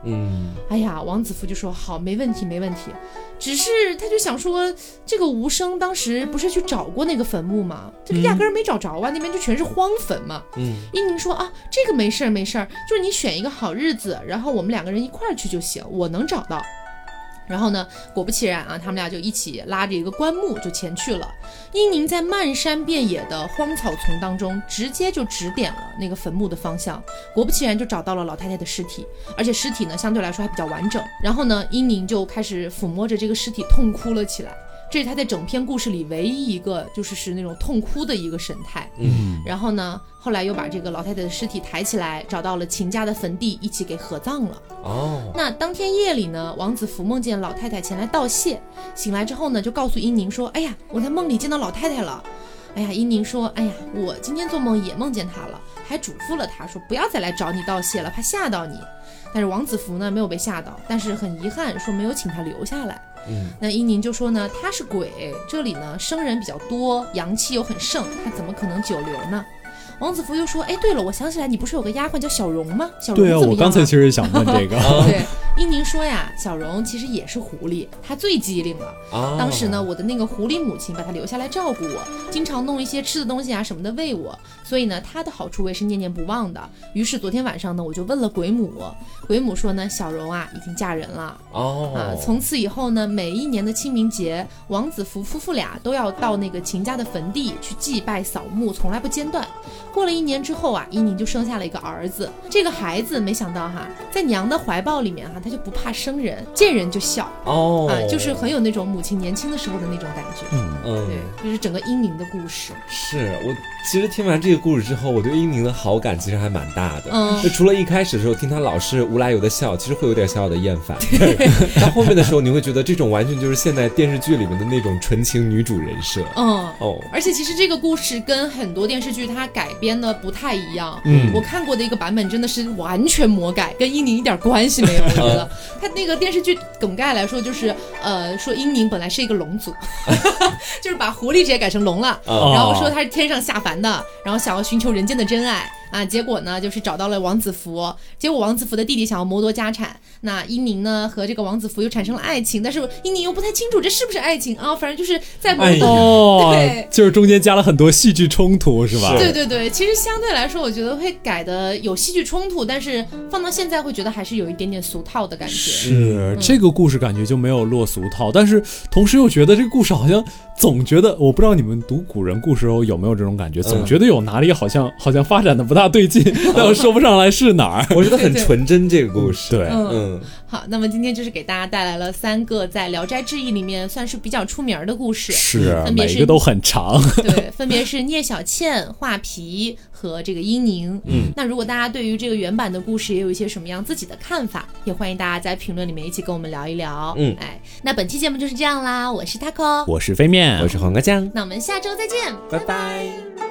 嗯， 哎呀，王子服就说好，没问题没问题，只是他就想说，这个无声当时不是去找过那个坟墓吗？这个压根儿没找着啊，嗯、那边就全是荒坟嘛。嗯，英宁说啊，这个没事儿没事儿，就是你选一个好日子，然后我们两个人一块儿去就行，我能找到。然后呢，果不其然啊，他们俩就一起拉着一个棺木就前去了。英宁在漫山遍野的荒草丛当中，直接就指点了那个坟墓的方向。果不其然，就找到了老太太的尸体，而且尸体呢相对来说还比较完整。然后呢，英宁就开始抚摸着这个尸体痛哭了起来。这是他在整篇故事里唯一一个就是是那种痛哭的一个神态。嗯，然后呢，后来又把这个老太太的尸体抬起来，找到了秦家的坟地，一起给合葬了。哦，那当天夜里呢，王子服梦见老太太前来道谢，醒来之后呢，就告诉英宁说：“哎呀，我在梦里见到老太太了。”哎呀，英宁说：“哎呀，我今天做梦也梦见她了，还嘱咐了她说不要再来找你道谢了，怕吓到你。”但是王子服呢没有被吓到，但是很遗憾说没有请他留下来。嗯，那英宁就说呢，他是鬼，这里呢生人比较多，阳气又很盛，他怎么可能久留呢？王子服又说，哎，对了，我想起来，你不是有个丫鬟叫小荣吗？小荣怎么样啊？ 对啊，我刚才其实也想问这个。 对，英宁说呀，小荣其实也是狐狸，她最机灵了。哦、当时呢，我的那个狐狸母亲把她留下来照顾我，经常弄一些吃的东西啊什么的喂我，所以呢，她的好处我也是念念不忘的。于是昨天晚上呢，我就问了鬼母，鬼母说呢，小荣啊已经嫁人了。哦，啊，从此以后呢，每一年的清明节，王子服夫妇俩都要到那个秦家的坟地去祭拜扫墓，从来不间断。过了一年之后啊，英宁就生下了一个儿子。这个孩子没想到哈，在娘的怀抱里面哈，他就不怕生人，见人就笑哦，啊，就是很有那种母亲年轻的时候的那种感觉。嗯嗯，对，就是整个英宁的故事。 是我其实听完这个故事之后，我对英宁的好感其实还蛮大的。嗯，就除了一开始的时候听他老是无来由的笑，其实会有点小小的厌烦。对，到后面的时候你会觉得这种完全就是现在电视剧里面的那种纯情女主人设。 嗯哦，而且其实这个故事跟很多电视剧它改编的不太一样。嗯，我看过的一个版本真的是完全魔改，跟英宁一点关系没有。我觉得他那个电视剧梗概来说，就是呃说英宁本来是一个龙族，就是把狐狸直接改成龙了，哦、然后说他是天上下凡的，然后想要寻求人间的真爱。啊，结果呢，就是找到了王子服，结果王子服的弟弟想要谋夺家产，那英宁呢和这个王子服又产生了爱情，但是英宁又不太清楚这是不是爱情啊，反正就是在谋夺、 哦，对，就是中间加了很多戏剧冲突，是吧？ 对对对，其实相对来说，我觉得会改的有戏剧冲突，但是放到现在会觉得还是有一点点俗套的感觉。 是、嗯、这个故事感觉就没有落俗套，但是同时又觉得这个故事好像总觉得，我不知道你们读古人故事后有没有这种感觉，总觉得有哪里好像好像发展的不大对劲，但我说不上来是哪儿。 我觉得很纯真这个故事。 对， 嗯，嗯好，那么今天就是给大家带来了三个在《聊斋志异》里面算是比较出名的故事， 是，分别是每个都很长。 对，分别是聂小倩、画皮和这个英宁。嗯，那如果大家对于这个原版的故事也有一些什么样自己的看法，也欢迎大家在评论里面一起跟我们聊一聊。嗯，哎，那本期节目就是这样啦，我是 Taco， 我是飞面， 我是黄瓜酱， 那我们下周再见， 拜拜。